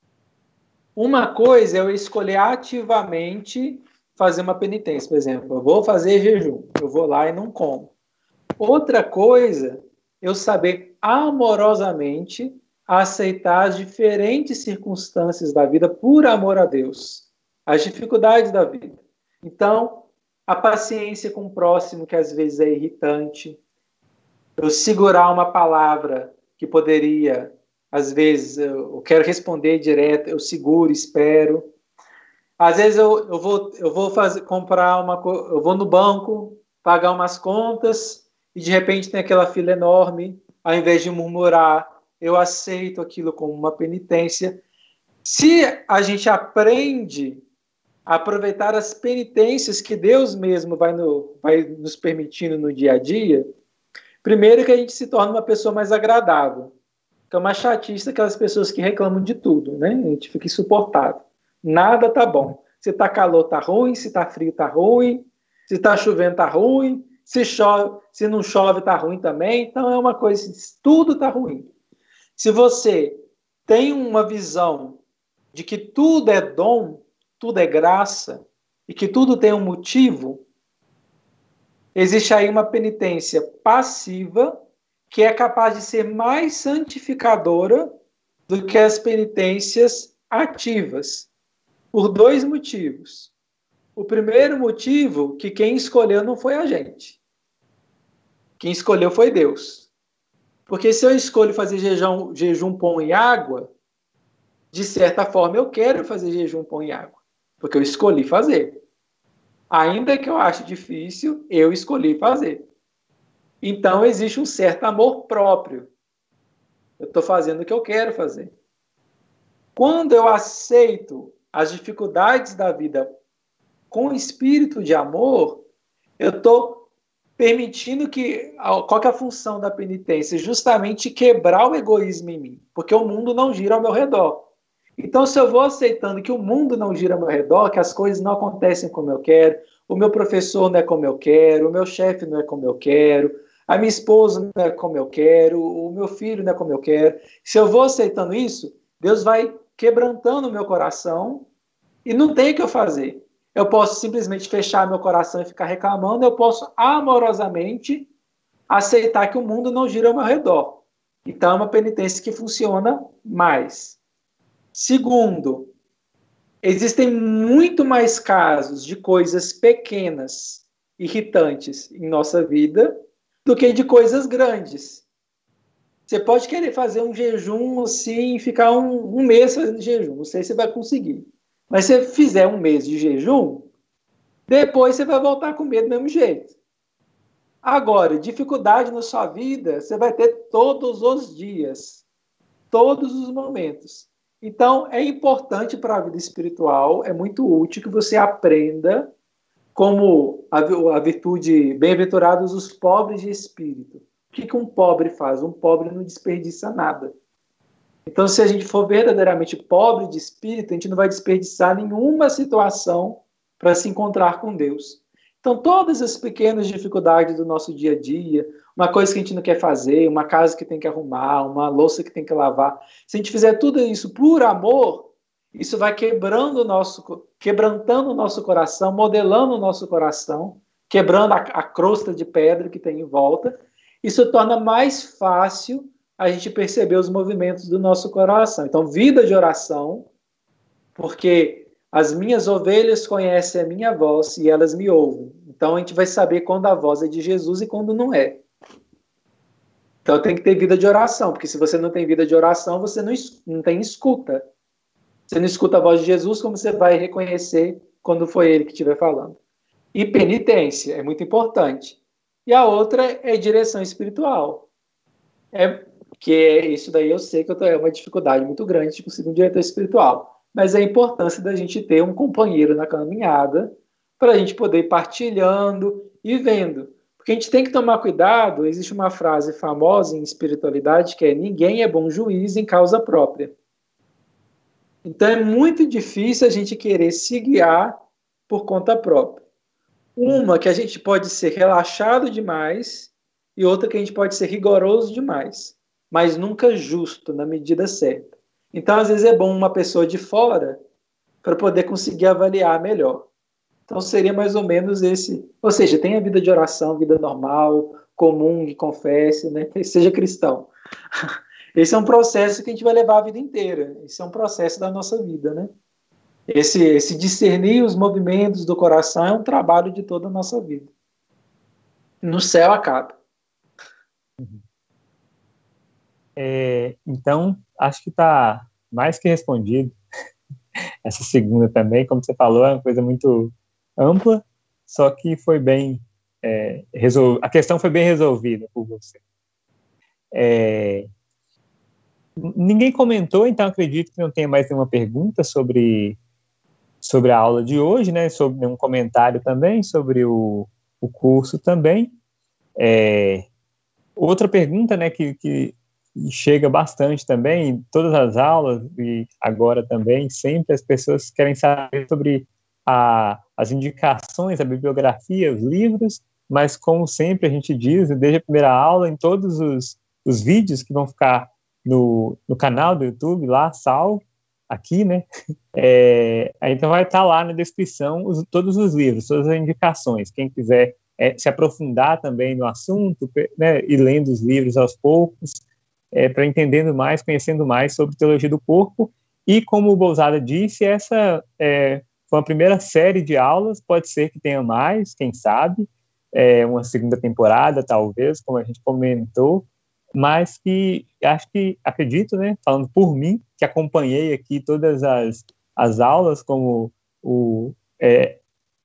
Uma coisa é eu escolher ativamente fazer uma penitência, por exemplo, eu vou fazer jejum, eu vou lá e não como. Outra coisa, eu saber amorosamente aceitar as diferentes circunstâncias da vida por amor a Deus, as dificuldades da vida. Então, a paciência com o próximo, que às vezes é irritante, eu segurar uma palavra que poderia, às vezes, eu quero responder direto, eu seguro, espero. Às vezes eu, eu vou, eu vou fazer, comprar uma coisa, eu vou no banco, pagar umas contas, e de repente tem aquela fila enorme, ao invés de murmurar, eu aceito aquilo como uma penitência. Se a gente aprende a aproveitar as penitências que Deus mesmo vai, no, vai nos permitindo no dia a dia, primeiro que a gente se torna uma pessoa mais agradável. Que é uma chatice aquelas pessoas que reclamam de tudo, né? A gente fica insuportável. Nada tá bom. Se tá calor, tá ruim. Se tá frio, tá ruim. Se tá chovendo, tá ruim. Se chove, se não chove, tá ruim também. Então é uma coisa, tudo tá ruim. Se você tem uma visão de que tudo é dom, tudo é graça, e que tudo tem um motivo, existe aí uma penitência passiva que é capaz de ser mais santificadora do que as penitências ativas, por dois motivos. O primeiro motivo, que quem escolheu não foi a gente. Quem escolheu foi Deus. Porque se eu escolho fazer jejum, jejum, pão e água, de certa forma eu quero fazer jejum, pão e água, porque eu escolhi fazer. Ainda que eu ache difícil, eu escolhi fazer. Então, existe um certo amor próprio. Eu estou fazendo o que eu quero fazer. Quando eu aceito as dificuldades da vida com espírito de amor, eu estou permitindo que... Qual que é a função da penitência? Justamente quebrar o egoísmo em mim, porque o mundo não gira ao meu redor. Então, se eu vou aceitando que o mundo não gira ao meu redor, que as coisas não acontecem como eu quero, o meu professor não é como eu quero, o meu chefe não é como eu quero, a minha esposa não é como eu quero, o meu filho não é como eu quero. Se eu vou aceitando isso, Deus vai quebrantando o meu coração e não tem o que eu fazer. Eu posso simplesmente fechar meu coração e ficar reclamando, eu posso amorosamente aceitar que o mundo não gira ao meu redor. Então, é uma penitência que funciona mais. Segundo, existem muito mais casos de coisas pequenas, irritantes em nossa vida do que de coisas grandes. Você pode querer fazer um jejum assim e ficar um, um mês fazendo jejum. Não sei se você vai conseguir. Mas se você fizer um mês de jejum, depois você vai voltar a comer do mesmo jeito. Agora, dificuldade na sua vida, você vai ter todos os dias, todos os momentos. Então, é importante para a vida espiritual, é muito útil que você aprenda como a, a virtude, bem-aventurados os pobres de espírito. O que, que um pobre faz? Um pobre não desperdiça nada. Então, se a gente for verdadeiramente pobre de espírito, a gente não vai desperdiçar nenhuma situação para se encontrar com Deus. Então, todas as pequenas dificuldades do nosso dia a dia, uma coisa que a gente não quer fazer, uma casa que tem que arrumar, uma louça que tem que lavar, se a gente fizer tudo isso por amor, isso vai quebrando o nosso, quebrantando o nosso coração, modelando o nosso coração, quebrando a, a crosta de pedra que tem em volta. Isso torna mais fácil a gente perceber os movimentos do nosso coração. Então, vida de oração, porque as minhas ovelhas conhecem a minha voz e elas me ouvem. Então, a gente vai saber quando a voz é de Jesus e quando não é. Então, tem que ter vida de oração, porque se você não tem vida de oração, você não, não tem escuta. Você não escuta a voz de Jesus, como você vai reconhecer quando foi ele que estiver falando? E penitência, é muito importante. E a outra é direção espiritual. É que é isso daí eu sei que eu tô, é uma dificuldade muito grande de conseguir um diretor espiritual. Mas é a importância da gente ter um companheiro na caminhada para a gente poder ir partilhando e vendo. Porque a gente tem que tomar cuidado, existe uma frase famosa em espiritualidade que é: ninguém é bom juiz em causa própria. Então é muito difícil a gente querer se guiar por conta própria. Uma, que a gente pode ser relaxado demais e outra que a gente pode ser rigoroso demais, mas nunca justo, na medida certa. Então, às vezes, é bom uma pessoa de fora para poder conseguir avaliar melhor. Então, seria mais ou menos esse... Ou seja, tem a vida de oração, vida normal, comum, confesse, né? Seja cristão. Esse é um processo que a gente vai levar a vida inteira. Esse é um processo da nossa vida, né? Esse, esse discernir os movimentos do coração é um trabalho de toda a nossa vida. No céu acaba. É, então, acho que está mais que respondido. Essa segunda também, como você falou, é uma coisa muito ampla, só que foi bem é, resol... a questão foi bem resolvida por você. É... Ninguém comentou, então acredito que não tenha mais nenhuma pergunta sobre, sobre a aula de hoje, né? Sobre um comentário também sobre o, o curso também. É... Outra pergunta, né, que, que chega bastante também em todas as aulas e agora também, sempre as pessoas querem saber sobre a, as indicações, a bibliografia, os livros, mas como sempre a gente diz, desde a primeira aula, em todos os, os vídeos que vão ficar no, no canal do YouTube, lá, salvo, aqui, né, é, então vai estar lá na descrição os, todos os livros, todas as indicações, quem quiser é, se aprofundar também no assunto, né, e lendo os livros aos poucos, É, para entendendo mais, conhecendo mais sobre teologia do corpo. E como o Bousada disse, essa é, foi a primeira série de aulas, pode ser que tenha mais, quem sabe, é, uma segunda temporada, talvez, como a gente comentou, mas que acho que, acredito, né, falando por mim, que acompanhei aqui todas as, as aulas, como o, é,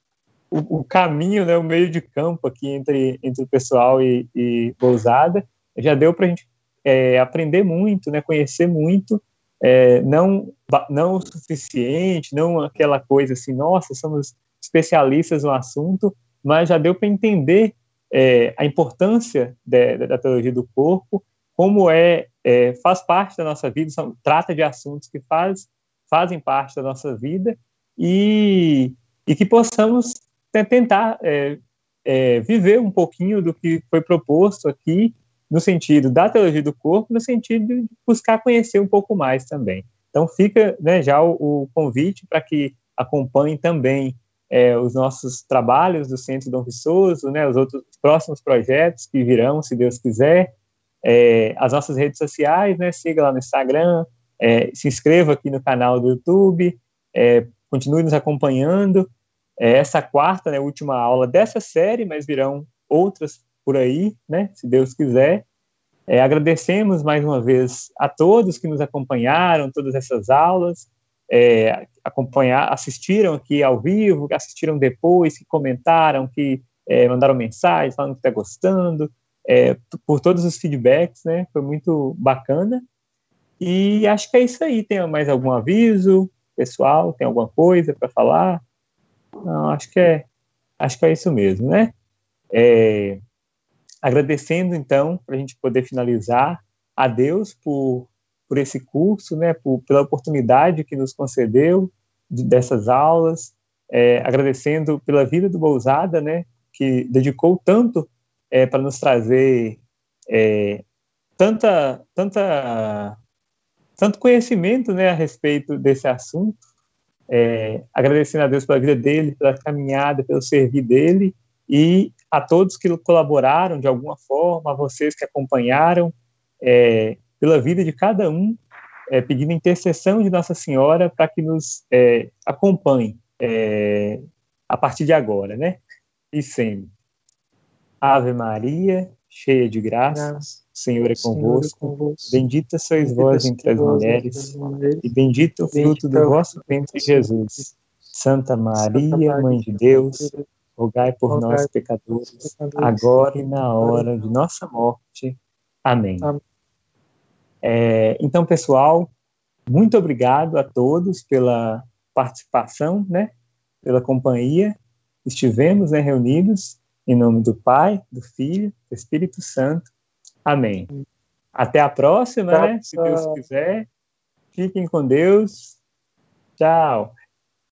o, o caminho, né, o meio de campo aqui entre, entre o pessoal e, e Bousada, já deu para a gente É, aprender muito, né, conhecer muito, é, não, não o suficiente, não aquela coisa assim, nossa, somos especialistas no assunto, mas já deu para entender é, a importância de, da teologia do corpo, como é, é, faz parte da nossa vida, são, trata de assuntos que faz, fazem parte da nossa vida, e, e que possamos tentar é, é, viver um pouquinho do que foi proposto aqui, no sentido da teologia do corpo, no sentido de buscar conhecer um pouco mais também. Então fica, né, já o, o convite para que acompanhem também é, os nossos trabalhos do Centro Dom Viçoso, né, os outros próximos projetos que virão, se Deus quiser, é, as nossas redes sociais, né, siga lá no Instagram, é, se inscreva aqui no canal do YouTube, é, continue nos acompanhando. É, essa quarta, né, última aula dessa série, mas virão outras por aí, né, se Deus quiser. É, agradecemos mais uma vez a todos que nos acompanharam, todas essas aulas, é, acompanhar, assistiram aqui ao vivo, que assistiram depois, que comentaram, que é, mandaram mensagens falando que está gostando, é, por todos os feedbacks, né, foi muito bacana. E acho que é isso aí. Tem mais algum aviso, pessoal? Tem alguma coisa para falar? Não, acho que é, acho que é isso mesmo, né? É, agradecendo, então, para a gente poder finalizar, a Deus por, por esse curso, né, por, pela oportunidade que nos concedeu de, dessas aulas, é, agradecendo pela vida do Bousada, né, que dedicou tanto é, para nos trazer é, tanta, tanta, tanto conhecimento, né, a respeito desse assunto, é, agradecendo a Deus pela vida dele, pela caminhada, pelo servir dele, e a todos que colaboraram de alguma forma, a vocês que acompanharam, é, pela vida de cada um, é, pedindo intercessão de Nossa Senhora para que nos é, acompanhe é, a partir de agora, né? E sempre. Ave Maria, cheia de graça, o Senhor é convosco, bendita sois vós entre as mulheres, e bendito o fruto do vosso ventre, Jesus. Santa Maria, Mãe de Deus, rogai por nós, pecadores, agora e na hora de nossa morte. Amém. É, então, pessoal, muito obrigado a todos pela participação, né, pela companhia. Estivemos, né, reunidos em nome do Pai, do Filho, do Espírito Santo. Amém. Até a próxima, né, se Deus quiser. Fiquem com Deus. Tchau.